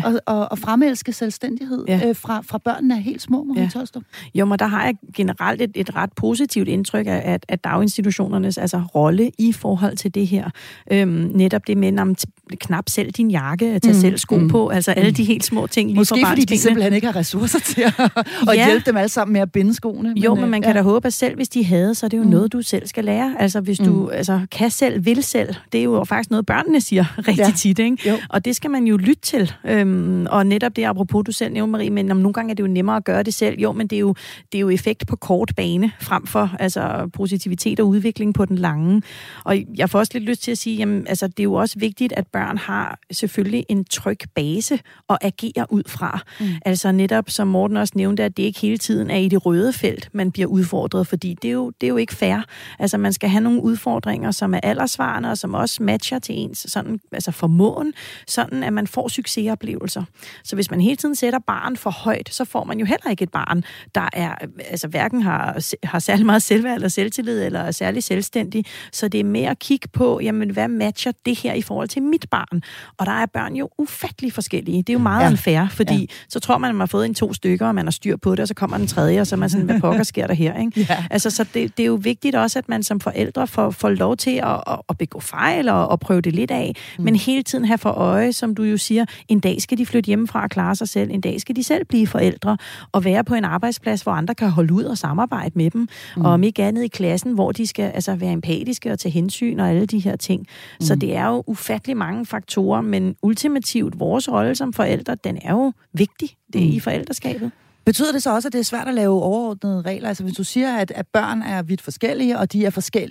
at fremelske selvstændighed fra børnene er helt små, Marie Tolstrup? Jo, men der har jeg generelt et ret positivt indtryk af daginstitutionernes rolle i forhold til det her. Netop det med knap selv din jakke, at tage selv sko på, altså alle de helt små ting. Måske fordi de simpelthen ikke har ressourcer til at hjælpe dem alle sammen med at binde skoene. Men man kan da håbe, at selv hvis de havde, så er det jo noget, du selv skal lære. Altså hvis du kan selv, vil selv, det er jo faktisk noget, børnene siger rigtig tit, ikke? Og det skal man jo lytte til. Og netop det, apropos du selv nævner, Marie, men nogle gange er det jo nemmere at gøre det selv. Jo, men det er jo effekt på kort bane, frem for positivitet og udvikling på den lange. Og jeg får også lidt lyst til at sige, jamen, det er jo også vigtigt, at børn har selvfølgelig en tryg base at agere ud fra. Altså netop, som Morten også nævnte, at det ikke hele tiden er i det røde felt, man bliver udfordret, fordi det er jo ikke fair. Altså man skal have nogle udfordringer, som er alderssvarende, og som også matcher til ens sådan, formåen, sådan at man får succesoplevelser. Så hvis man hele tiden sætter barn for højt, så får man jo heller ikke et barn, der er hverken har særlig meget selvværd eller selvtillid, eller er særlig selvstændig. Så det er mere at kigge på, jamen hvad matcher det her i forhold til mit barn? Og der er børn jo ufattelig forskellige. Det er jo meget unfair, fordi så tror man, at man har fået 2 stykker, og man har styr på det, og så kommer den tredje, og så er man sådan, hvad pokker sker der her, ikke? Ja. Altså, så det er jo vigtigt også, at man som forældre får lov til at begå fejl og prøve det lidt af, men hele tiden have for øje, som du jo siger, en dag skal de flytte hjemmefra og klare sig selv, en dag skal de selv blive forældre, og være på en arbejdsplads, hvor andre kan holde ud og samarbejde med dem, og om ikke andet i klassen, hvor de skal være empatiske og tage hensyn og alle de her ting. Så det er jo ufattelig mange faktorer, men ultimativt, vores rolle som forældre, den er jo vigtig, det er i forældreskabet. Betyder det så også, at det er svært at lave overordnede regler? Altså hvis du siger, at børn er vidt forskellige, og de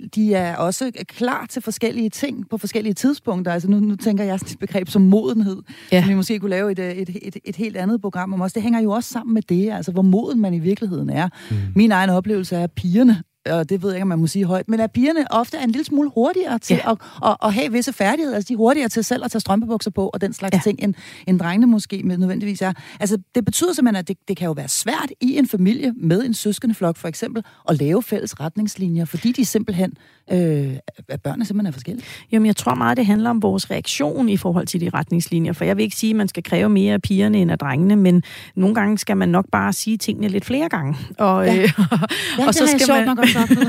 er også klar til forskellige ting på forskellige tidspunkter. Altså nu tænker jeg sådan et begreb som modenhed, som vi måske kunne lave et helt andet program om også. Det hænger jo også sammen med det, altså hvor moden man i virkeligheden er. Min egen oplevelse er, at pigerne, og det ved jeg ikke, om man må sige højt, men at pigerne ofte er en lille smule hurtigere til at have visse færdigheder. Altså de er hurtigere til selv at tage strømpebukser på, og den slags ting, end drengene måske nødvendigvis er. Altså det betyder simpelthen, at det kan jo være svært i en familie med en søskendeflok for eksempel, at lave fælles retningslinjer, fordi de simpelthen, at børnene simpelthen er forskellige. Jamen jeg tror meget, det handler om vores reaktion i forhold til de retningslinjer, for jeg vil ikke sige, at man skal kræve mere af pigerne end af drengene, men nogle gange skal man nok bare sige tingene lidt flere gange. Og så skal man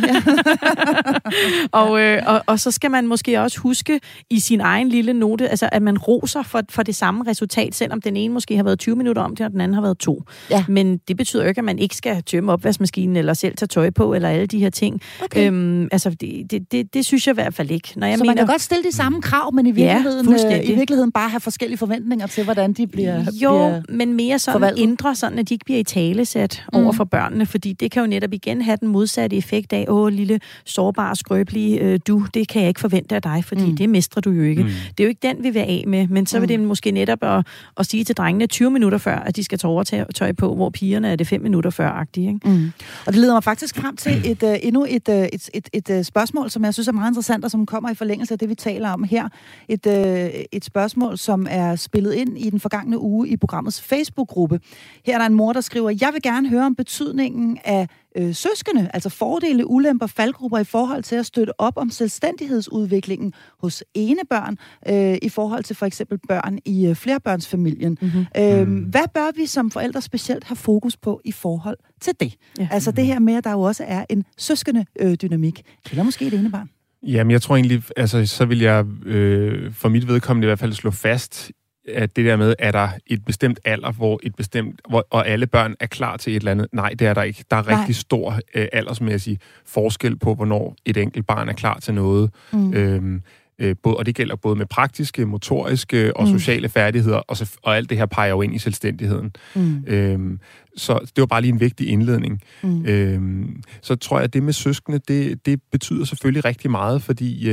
og så skal man måske også huske i sin egen lille note, altså at man roser for det samme resultat, selvom den ene måske har været 20 minutter om det, og den anden har været 2. Ja. Men det betyder jo ikke, at man ikke skal tømme opvaskemaskinen, eller selv tage tøj på, eller alle de her ting. Okay. Det synes jeg i hvert fald ikke. Man kan godt stille de samme krav, men i virkeligheden bare have forskellige forventninger til, hvordan de bliver men mere sådan forvaltet. Indre, sådan at de ikke bliver i talesat over for børnene, fordi det kan jo netop igen have den modsatte effekt af, lille, sårbare, skrøbelige, det kan jeg ikke forvente af dig, fordi det mestrer du jo ikke. Det er jo ikke den, vi vil af med, men så vil det måske netop at sige til drengene 20 minutter før, at de skal tage overtøj på, hvor pigerne er det 5 minutter før-agtige. Ikke? Og det leder mig faktisk frem til endnu et spørgsmål, som jeg synes er meget interessant, og som kommer i forlængelse af det, vi taler om her. Et spørgsmål, som er spillet ind i den forgangne uge i programmets Facebook-gruppe. Her er der en mor, der skriver, jeg vil gerne høre om betydningen af søskende, altså fordele, ulemper, faldgrupper i forhold til at støtte op om selvstændighedsudviklingen hos enebørn, i forhold til for eksempel børn i flerbørnsfamilien. Hvad bør vi som forældre specielt have fokus på i forhold til det? Ja. Altså det her med, at der jo også er en søskende dynamik, eller måske et enebarn. Jamen, jeg tror egentlig, så vil jeg for mit vedkommende i hvert fald slå fast, at det der med, er der et bestemt alder, hvor alle børn er klar til et eller andet? Nej, det er der ikke. Der er rigtig stor aldersmæssig forskel på, hvornår et enkelt barn er klar til noget. Og det gælder både med praktiske, motoriske og sociale færdigheder, og alt det her peger jo ind i selvstændigheden. Så det var bare lige en vigtig indledning. Så tror jeg, at det med søskende, det betyder selvfølgelig rigtig meget, fordi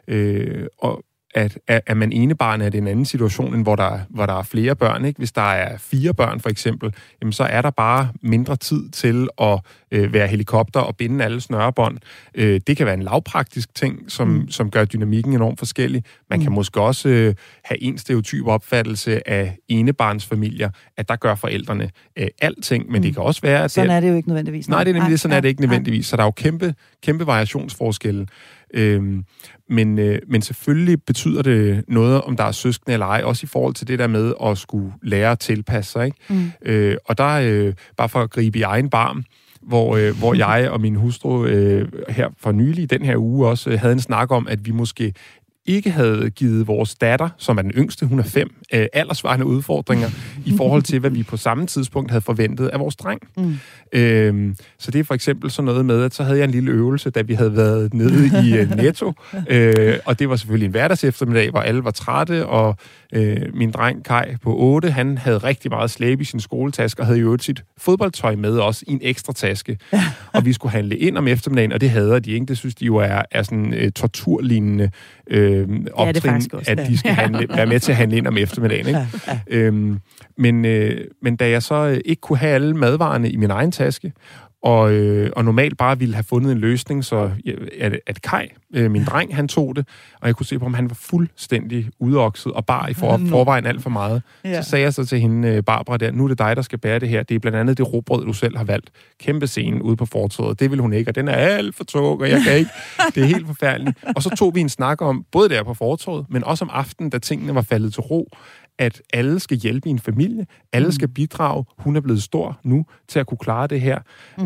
at man enebarn er det en anden situation, end hvor der er flere børn. Ikke? Hvis der er 4 børn for eksempel, jamen, så er der bare mindre tid til at være helikopter og binde alle snørebånd. Det kan være en lavpraktisk ting, som gør dynamikken enormt forskellig. Man kan måske også have en stereotyp opfattelse af enebarnsfamilier, at der gør forældrene alting, men det kan også være... Sådan er det jo ikke nødvendigvis. Nej, det er nemlig sådan er det ikke nødvendigvis. Så der er jo kæmpe variationsforskelle. Men selvfølgelig betyder det noget, om der er søskende eller ej, også i forhold til det der med at skulle lære at tilpasse sig. Ikke? Og der, bare for at gribe i egen barm, hvor jeg og min hustru her for nylig, den her uge også, havde en snak om, at vi måske ikke havde givet vores datter, som er den yngste, hun er 5, aldersvarende udfordringer i forhold til, hvad vi på samme tidspunkt havde forventet af vores dreng. Så det er for eksempel sådan noget med, at så havde jeg en lille øvelse, da vi havde været nede i Netto, og det var selvfølgelig en hverdags eftermiddag, hvor alle var trætte, og min dreng Kai på 8, han havde rigtig meget slæb i sin skoletaske, og havde jo sit fodboldtøj med også i en ekstra taske. Og vi skulle handle ind om eftermiddagen, og det hader de ikke. Det synes de jo er sådan torturlignende optrin, at de skal være med til at handle ind om eftermiddagen. Ikke? Men da jeg så ikke kunne have alle madvarerne i min egen taske, og normalt bare ville have fundet en løsning, så at Kai, min dreng, han tog det, og jeg kunne se på ham, han var fuldstændig udokset og bar i forvejen alt for meget. Så sagde jeg så til hende, Barbara, der, nu er det dig, der skal bære det her. Det er blandt andet det rugbrød, du selv har valgt. Kæmpe scene ude på fortovet. Det vil hun ikke, og den er alt for tung, og jeg kan ikke. Det er helt forfærdeligt. Og så tog vi en snak om, både der på fortovet, men også om aftenen, da tingene var faldet til ro, at alle skal hjælpe i en familie, alle skal bidrage, hun er blevet stor nu til at kunne klare det her.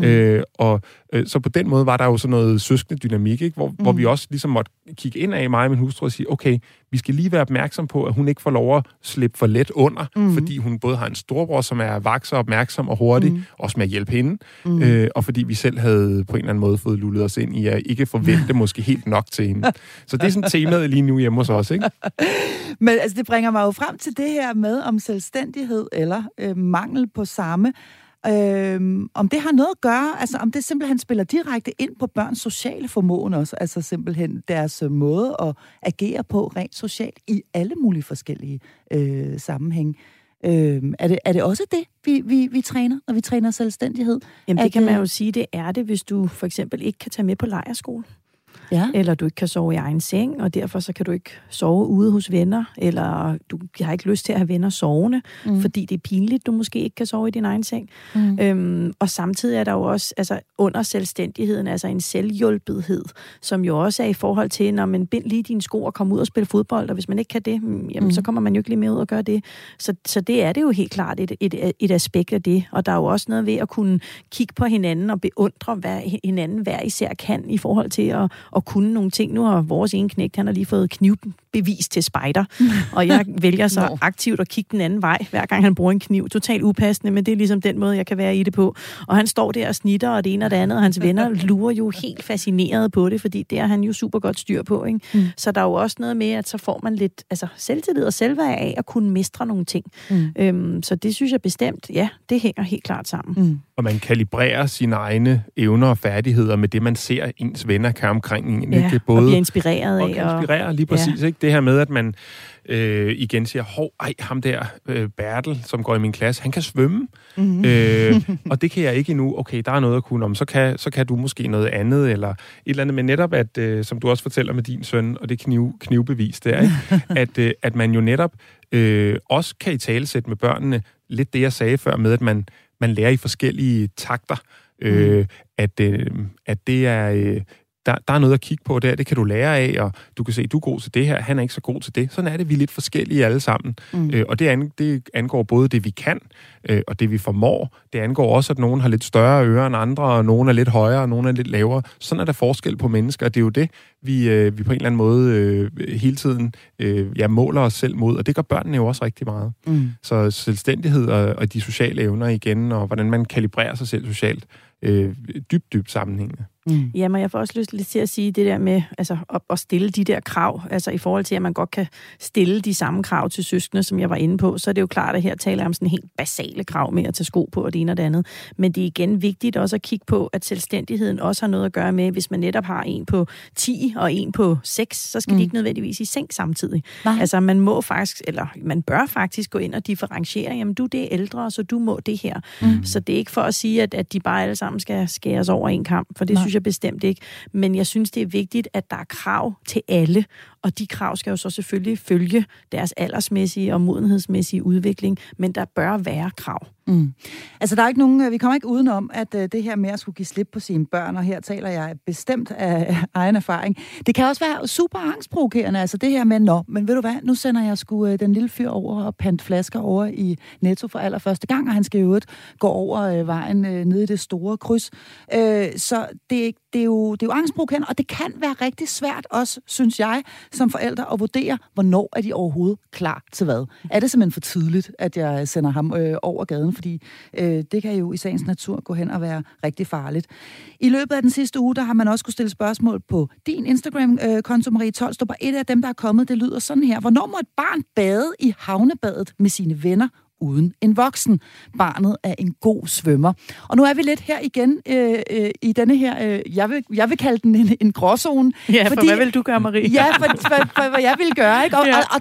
Så på den måde var der jo sådan noget søskende dynamik, ikke? Hvor vi også ligesom måtte kigge ind af mig og min hustru og sige, okay, vi skal lige være opmærksom på, at hun ikke får lov at slippe for let under, fordi hun både har en storbror, som er vakser, opmærksom og hurtig, også med at hjælpe hende, og fordi vi selv havde på en eller anden måde fået lullet os ind i at ikke forvente måske helt nok til hende. Så det er sådan temaet lige nu hjemme hos os, ikke? Men altså, det bringer mig jo frem til det her med om selvstændighed eller mangel på samme. Om det har noget at gøre, altså om det simpelthen spiller direkte ind på børns sociale formåen også, altså simpelthen deres måde at agere på rent socialt i alle mulige forskellige sammenhænge. Er det også det, vi træner, når vi træner selvstændighed? Jamen det kan man jo sige, det er det, hvis du for eksempel ikke kan tage med på lejrskole. Ja. Eller du ikke kan sove i egen seng, og derfor så kan du ikke sove ude hos venner, eller du har ikke lyst til at have venner sovende, fordi det er pinligt, du måske ikke kan sove i din egen seng. Og samtidig er der jo også altså, under selvstændigheden, altså en selvhjulpethed, som jo også er i forhold til, når man bind lige dine sko og kommer ud og spille fodbold, og hvis man ikke kan det, jamen, så kommer man jo ikke lige med ud og gøre det. Så det er det jo helt klart et aspekt af det, og der er jo også noget ved at kunne kigge på hinanden og beundre, hvad hinanden hver især kan i forhold til at kunne nogle ting. Nu har vores ene knægt, han har lige fået knivbevis til spejder, og jeg vælger så aktivt at kigge den anden vej, hver gang han bruger en kniv. Totalt upassende, men det er ligesom den måde, jeg kan være i det på. Og han står der og snitter, og det ene og det andet, og hans venner lurer jo helt fascineret på det, fordi det er han jo super godt styr på, ikke? Så der er jo også noget med, at så får man lidt selvtillid og selvværd af at kunne mestre nogle ting. Så det synes jeg bestemt, ja, det hænger helt klart sammen. Og man kalibrerer sine egne evner og færdigheder med det, man ser ens venner kan omkring en. Ja, både, og bliver inspireret af. Og kan inspirere, lige præcis. Ikke? Det her med, at man igen siger, ham der, Bertel, som går i min klasse, han kan svømme. Og det kan jeg ikke endnu. Okay, der er noget at kunne om. Så kan du måske noget andet, eller et eller andet. Men netop, at, som du også fortæller med din søn, og det knivbevis der, ikke? At man jo netop også kan i talesætte med børnene, lidt det, jeg sagde før, med at man lærer i forskellige takter. At det er... Der er noget at kigge på der, det kan du lære af, og du kan se, at du er god til det her, han er ikke så god til det. Sådan er det, vi er lidt forskellige alle sammen. Og det angår både det, vi kan, og det, vi formår. Det angår også, at nogen har lidt større ører end andre, og nogen er lidt højere, og nogen er lidt lavere. Sådan er der forskel på mennesker, og det er jo det, vi på en eller anden måde hele tiden måler os selv mod, og det gør børnene jo også rigtig meget. Så selvstændighed og de sociale evner igen, og hvordan man kalibrerer sig selv socialt, dybt sammenhængende. Jamen, jeg får også lyst til at sige det der med altså, at stille de der krav, altså i forhold til, at man godt kan stille de samme krav til søskende, som jeg var inde på, så er det jo klart, at her taler jeg om sådan helt basale krav med at tage sko på og det ene og det andet. Men det er igen vigtigt også at kigge på, at selvstændigheden også har noget at gøre med, hvis man netop har en på 10 og en på 6, så skal de ikke nødvendigvis i seng samtidig. Nej. Altså man må faktisk, eller man bør faktisk gå ind og differentiere, jamen du det er ældre, så du må det her. Så det er ikke for at sige, at de bare alle sammen skal skæres over en kamp, for det synes jeg bestemt ikke. Men jeg synes, det er vigtigt, at der er krav til alle, og de krav skal jo så selvfølgelig følge deres aldersmæssige og modenhedsmæssige udvikling, men der bør være krav. Altså, der er ikke nogen, vi kommer ikke udenom, at det her med at skulle give slip på sine børn, og her taler jeg bestemt af egen erfaring, det kan også være super angstprovokerende, altså det her med, men ved du hvad, nu sender jeg sgu den lille fyr over og pant flasker over i Netto for allerførste gang, og han skal jo gå over vejen nede i det store kryds. Så det er jo angstprovokerende, og det kan være rigtig svært også, synes jeg, som forældre at vurdere, hvornår er de overhovedet klar til hvad. Er det simpelthen for tidligt, at jeg sender ham over gaden, fordi det kan jo i sagens natur gå hen og være rigtig farligt. I løbet af den sidste uge, der har man også kunne stille spørgsmål på din Instagram-konto, Marie Tolstrup, og et af dem, der er kommet, det lyder sådan her. Hvornår må et barn bade i havnebadet med sine venner uden en voksen? Barnet er en god svømmer. Og nu er vi lidt her igen i denne her, jeg vil kalde den en gråzone. Ja, fordi, hvad vil du gøre, Marie? Ja, for hvad jeg vil gøre, ikke?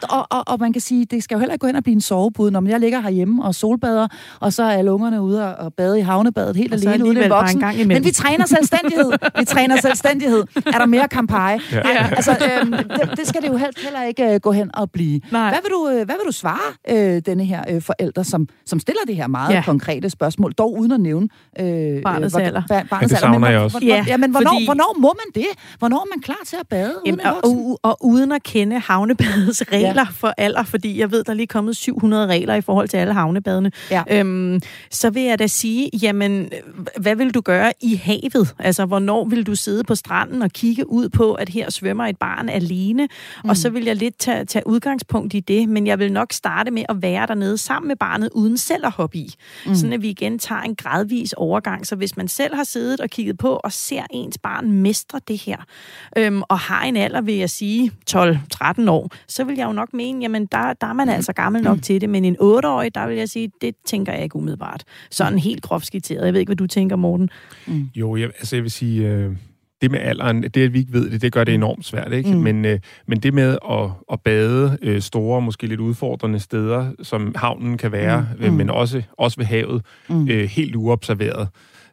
Og man kan sige, det skal jo heller ikke gå hen og blive en sovebud, når jeg ligger herhjemme og solbader, og så er alle ungerne ude og bade i havnebadet helt alene uden en voksen. Men vi træner selvstændighed. Er der mere Campari? Ja. Altså, det skal det jo helst heller ikke gå hen og blive. Hvad vil du svare denne her forældre, som stiller det her meget konkrete spørgsmål, dog uden at nævne barnets alder. Det savner jeg også. Men hvornår må man det? Hvornår er man klar til at bade uden en voksen? Og uden at kende havnebadets regler for alder, fordi jeg ved, der er lige kommet 700 regler i forhold til alle havnebadene. Ja. Så vil jeg da sige, jamen, hvad vil du gøre i havet? Altså, hvornår vil du sidde på stranden og kigge ud på, at her svømmer et barn alene? Og så vil jeg lidt tage udgangspunkt i det, men jeg vil nok starte med at være dernede sammen med barnet, uden selv at hoppe i. Sådan at vi igen tager en gradvis overgang. Så hvis man selv har siddet og kigget på, og ser ens barn mestre det her, og har en alder, vil jeg sige, 12-13 år, så vil jeg jo nok mene, jamen der er man altså gammel nok til det, men en 8-årig, der vil jeg sige, det tænker jeg ikke umiddelbart. Sådan helt groft skitseret. Jeg ved ikke, hvad du tænker, Morten. Jo, jeg vil sige... Det med alderen, det at vi ikke ved det gør det enormt svært, ikke? Men det med at bade store, måske lidt udfordrende steder, som havnen kan være, men også ved havet, helt uobserveret,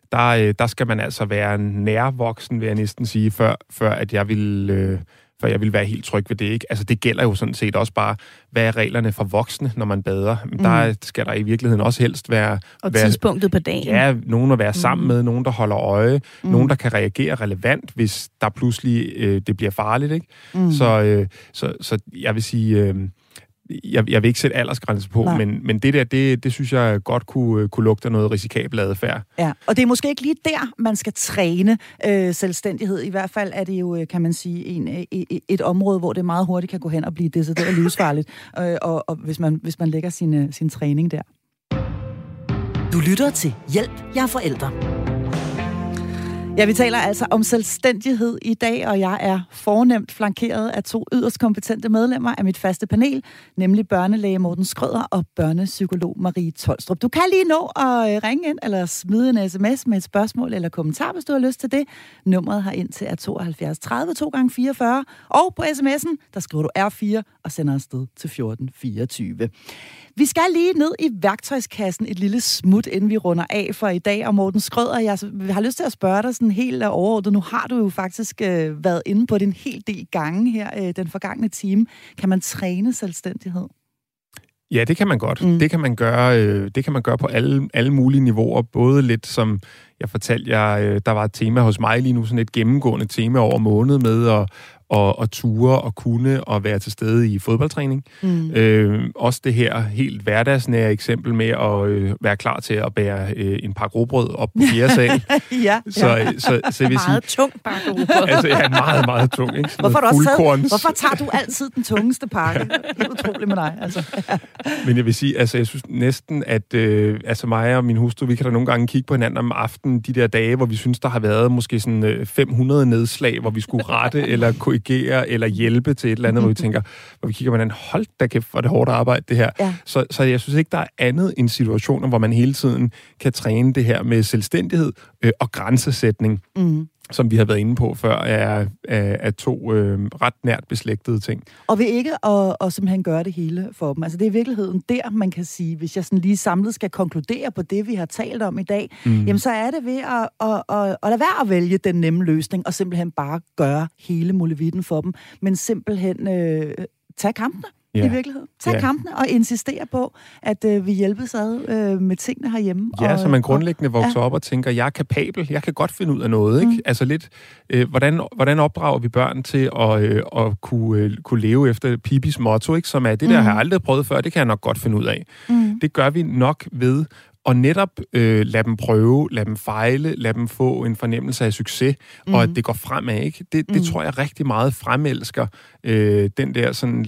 der skal man altså være nærvoksen, vil jeg næsten sige, før at jeg vil... for jeg vil være helt tryg ved det, ikke? Altså, det gælder jo sådan set også bare, hvad er reglerne for voksne, når man bader? Der skal der i virkeligheden også helst være... Og tidspunktet på dagen. Ja, nogen at være sammen med, nogen der holder øje, nogen der kan reagere relevant, hvis der pludselig det bliver farligt, ikke? Så jeg vil sige... Jeg vil ikke sætte aldersgrænse på, men det der, det synes jeg godt kunne lugte noget risikabel adfærd. Ja, og det er måske ikke lige der, man skal træne selvstændighed. I hvert fald er det jo, kan man sige, et område, hvor det meget hurtigt kan gå hen og blive decideret livsfarligt, og hvis man lægger sin træning der. Du lytter til Hjælp, jeg er forældre. Ja, vi taler altså om selvstændighed i dag, og jeg er fornemt flankeret af 2 yderst kompetente medlemmer af mit faste panel, nemlig børnelæge Morten Schrøder og børnepsykolog Marie Tolstrup. Du kan lige nå at ringe ind eller smide en sms med et spørgsmål eller kommentar, hvis du har lyst til det. Nummeret herind til er 72 30 2x44, og på sms'en, der skriver du R4 og sender afsted til 1424. Vi skal lige ned i værktøjskassen et lille smut, inden vi runder af for i dag. Og Morten Schrøder, jeg har lyst til at spørge dig sådan helt overordnet. Nu har du jo faktisk været inde på det en hel del gange her den forgangne time. Kan man træne selvstændighed? Ja, det kan man godt. Det kan man gøre på alle mulige niveauer. Både lidt som jeg fortalte jer, der var et tema hos mig lige nu, sådan et gennemgående tema over måned med at ture og kunne og være til stede i fodboldtræning. Også det her helt hverdagsnære eksempel med at være klar til at bære en pakke rugbrød op på 4. sal. Så jeg vil sige, meget tung pakke rugbrød. Altså, ja, meget, meget tung. Ikke? Hvorfor tager du altid den tungeste pakke? Helt utroligt med dig. Altså. Men jeg vil sige, altså, jeg synes næsten, at mig og min hustru, vi kan da nogle gange kigge på hinanden om aftenen, de der dage, hvor vi synes, der har været måske sådan 500 nedslag, hvor vi skulle rette eller korrigere eller hjælpe til et eller andet, hvor vi tænker, hvor vi kigger på hinanden, hold da kæft, hvor det hårdt arbejde, det her. Ja. Så jeg synes ikke, der er andet end situationer, hvor man hele tiden kan træne det her med selvstændighed og grænsesætning, som vi har været inde på før, er 2 ret nært beslægtede ting. Og ved ikke at simpelthen gøre det hele for dem. Altså det er i virkeligheden der, man kan sige, hvis jeg sådan lige samlet skal konkludere på det, vi har talt om i dag, jamen så er det ved at lade være at vælge den nemme løsning, og simpelthen bare gøre hele molevitten for dem, men simpelthen tage kampene. i virkeligheden. Tag kampene og insistere på, at vi hjælpes ad med tingene herhjemme. Ja, så man grundlæggende vokser op og tænker, jeg er kapabel, jeg kan godt finde ud af noget. Ikke? Altså lidt, hvordan opdrager vi børn til at kunne leve efter Pipis motto, ikke? Som er, det der har jeg aldrig prøvet før, det kan jeg nok godt finde ud af. Det gør vi nok ved og netop lade dem prøve, lade dem fejle, lade dem få en fornemmelse af succes, og at det går fremad, ikke? Det tror jeg rigtig meget fremelsker, den der sådan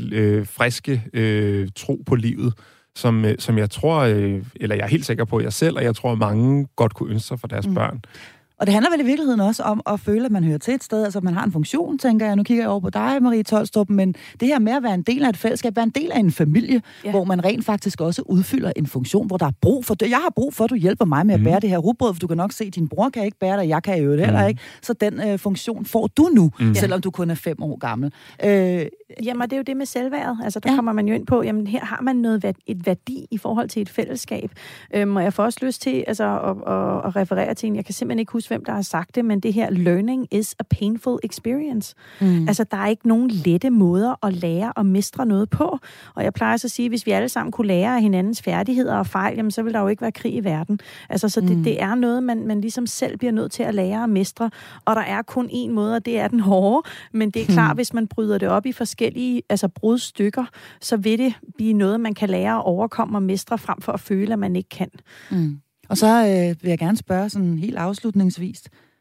friske tro på livet, som jeg tror, eller jeg er helt sikker på jeg selv, og jeg tror, mange godt kunne ønske sig for deres børn. Og det handler vel i virkeligheden også om at føle, at man hører til et sted, altså man har en funktion, tænker jeg. Nu kigger jeg over på dig, Marie Tolstrup, men det her med at være en del af et fællesskab, være en del af en familie, hvor man rent faktisk også udfylder en funktion, hvor der er brug for det. Jeg har brug for, at du hjælper mig med at bære det her rugbrød, for du kan nok se, at din bror kan ikke bære det, jeg kan jo det heller ikke. Så den funktion får du nu, selvom du kun er 5 år gammel. Jamen, det er jo det med selvværd. Altså, der kommer man jo ind på, jamen her har man et værdi i forhold til et fællesskab. Og jeg får også lyst til at referere til en, jeg kan simpelthen ikke huske, hvem der har sagt det, men det her, learning is a painful experience. Altså, der er ikke nogen lette måder at lære og mestre noget på. Og jeg plejer så at sige, hvis vi alle sammen kunne lære af hinandens færdigheder og fejl, jamen, så vil der jo ikke være krig i verden. Altså, så det er noget, man ligesom selv bliver nødt til at lære og mestre. Og der er kun én måde, og det er den hårde. Men det er klart, hvis man bryder det op i forskellige brudstykker, så vil det blive noget, man kan lære at overkomme og mestre, frem for at føle, at man ikke kan. Og så vil jeg gerne spørge sådan helt afslutningsvis,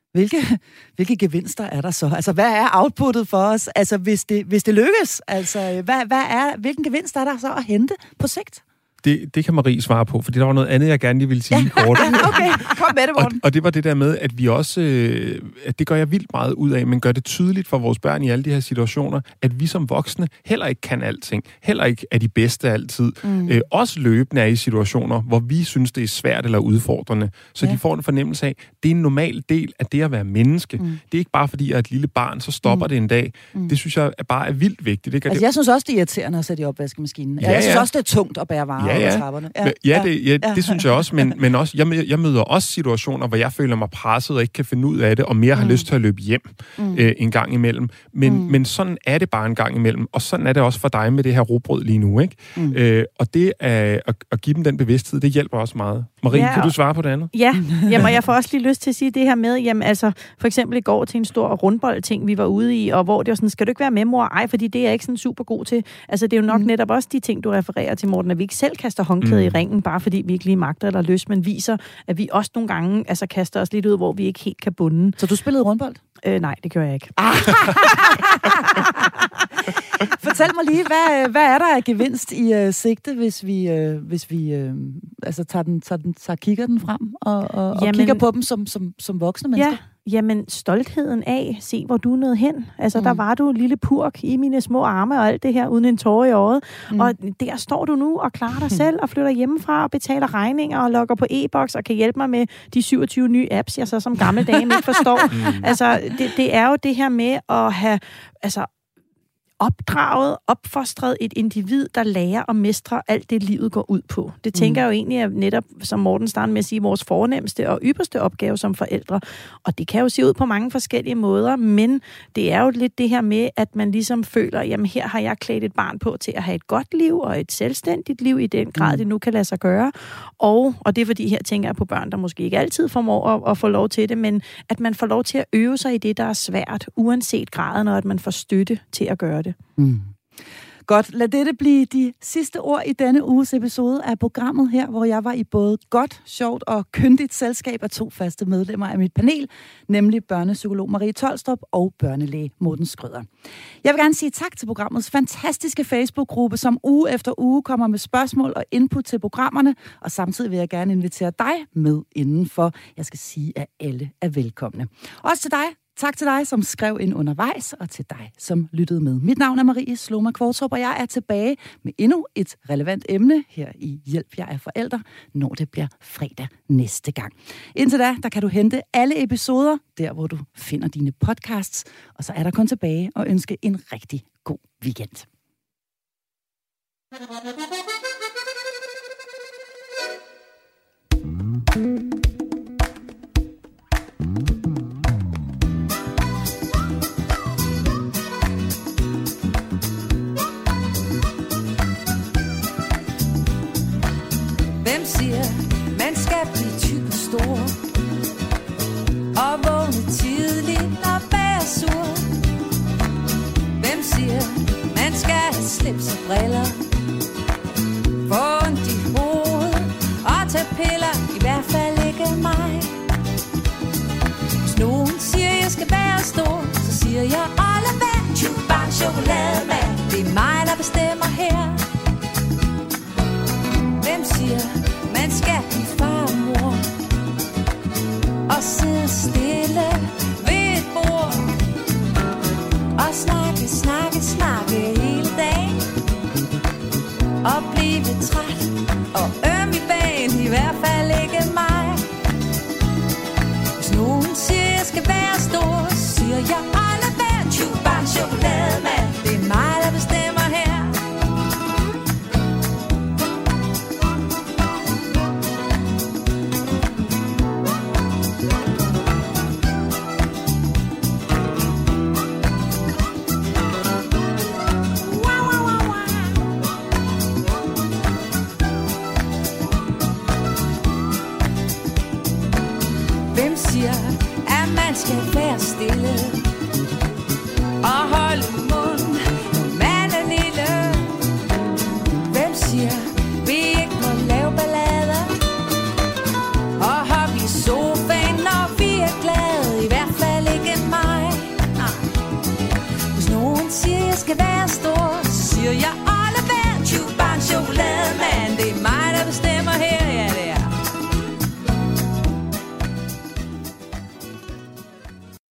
hvilke gevinster er der så? Altså, hvad er outputtet for os? Altså, hvis det lykkes, altså, hvilken gevinst er der så at hente på sigt? Det kan Marie svare på, fordi der var noget andet, jeg gerne lige ville sige kort. Okay, kom med det, Morten. Og det var det der med, at vi også, at det gør jeg vildt meget ud af, men gør det tydeligt for vores børn i alle de her situationer, at vi som voksne heller ikke kan alting, heller ikke er de bedste altid. Også løbende er i situationer, hvor vi synes, det er svært eller udfordrende. Så de får en fornemmelse af, det er en normal del af det at være menneske. Det er ikke bare, fordi jeg er et lille barn, så stopper det en dag. Det synes jeg bare er vildt vigtigt. Ikke? Altså, jeg synes også, det er irriterende at sætte i opvaskemaskinen. Jeg synes også, det er tungt at bære varer. Det synes jeg også, men også, jeg møder også situationer, hvor jeg føler mig presset og ikke kan finde ud af det, og mere har lyst til at løbe hjem en gang imellem. Men sådan er det bare en gang imellem, og sådan er det også for dig med det her rugbrød lige nu, ikke? Og det at give dem den bevidsthed, det hjælper også meget. Marie, kan du svare på det andet? Ja, jamen, jeg får også lige lyst til at sige det her med, jamen altså, for eksempel i går til en stor rundboldting, vi var ude i, og hvor det var sådan, skal du ikke være med, mor? Ej, fordi det er jeg ikke sådan super god til. Altså, det er jo nok netop også de ting, du refererer til, Morten, at vi ikke selv kaster håndklæde i ringen, bare fordi vi ikke lige magter eller lyst, men viser, at vi også nogle gange kaster os lidt ud, hvor vi ikke helt kan bunde. Så du spillede rundbold? Nej, det gjorde jeg ikke. Fortæl mig lige, hvad er der af gevinst i sigte, hvis vi kigger den frem og kigger på dem som voksne mennesker? Ja. Jamen, stoltheden af, se hvor du er nået hen. Altså, der var du en lille purk i mine små arme og alt det her, uden en tåre i øjet. Og der står du nu og klarer dig selv og flytter hjemmefra og betaler regninger og logger på e-boks og kan hjælpe mig med de 27 nye apps, jeg så som gammel dame ikke forstår. Altså, det er jo det her med at have opfostret et individ, der lærer og mestrer alt det, livet går ud på. Det tænker jeg jo egentlig er netop, som Morten startede med at sige, vores fornemmeste og ypperste opgave som forældre. Og det kan jo se ud på mange forskellige måder, men det er jo lidt det her med, at man ligesom føler, jamen her har jeg klædt et barn på til at have et godt liv og et selvstændigt liv i den grad, det nu kan lade sig gøre. Og det er fordi, her tænker jeg på børn, der måske ikke altid formår at få lov til det, men at man får lov til at øve sig i det, der er svært, uanset graden, og at man får støtte til at gøre det. Godt, lad dette blive de sidste ord i denne uges episode af programmet her, hvor jeg var i både godt, sjovt og kyndigt selskab af 2 faste medlemmer af mit panel, nemlig børnepsykolog Marie Tolstrup og børnelæge Morten Schrøder. Jeg vil gerne sige tak til programmets fantastiske Facebook-gruppe, som uge efter uge kommer med spørgsmål og input til programmerne, og samtidig vil jeg gerne invitere dig med indenfor. Jeg skal sige, at alle er velkomne. Også til dig. Tak til dig, som skrev ind undervejs, og til dig, som lyttede med. Mit navn er Marie Sloma Kvartrup, og jeg er tilbage med endnu et relevant emne her i Hjælp, jeg er forælder, når det bliver fredag næste gang. Indtil da, der kan du hente alle episoder, der hvor du finder dine podcasts, og så er der kun tilbage og ønske en rigtig god weekend. Hvem siger, man skal blive tyk og stor og vågne tidligt og være sur? Hvem siger, man skal have slips og briller, få ondt i hovedet og tage piller? I hvert fald ikke mig. Hvis nogen siger, jeg skal være stor, så siger jeg Ollevand, Chewbacca, chokolademand. Det er mig, der bestemmer her. Hvem siger, man skal blive far og mor og sidde stille ved et bord og snakke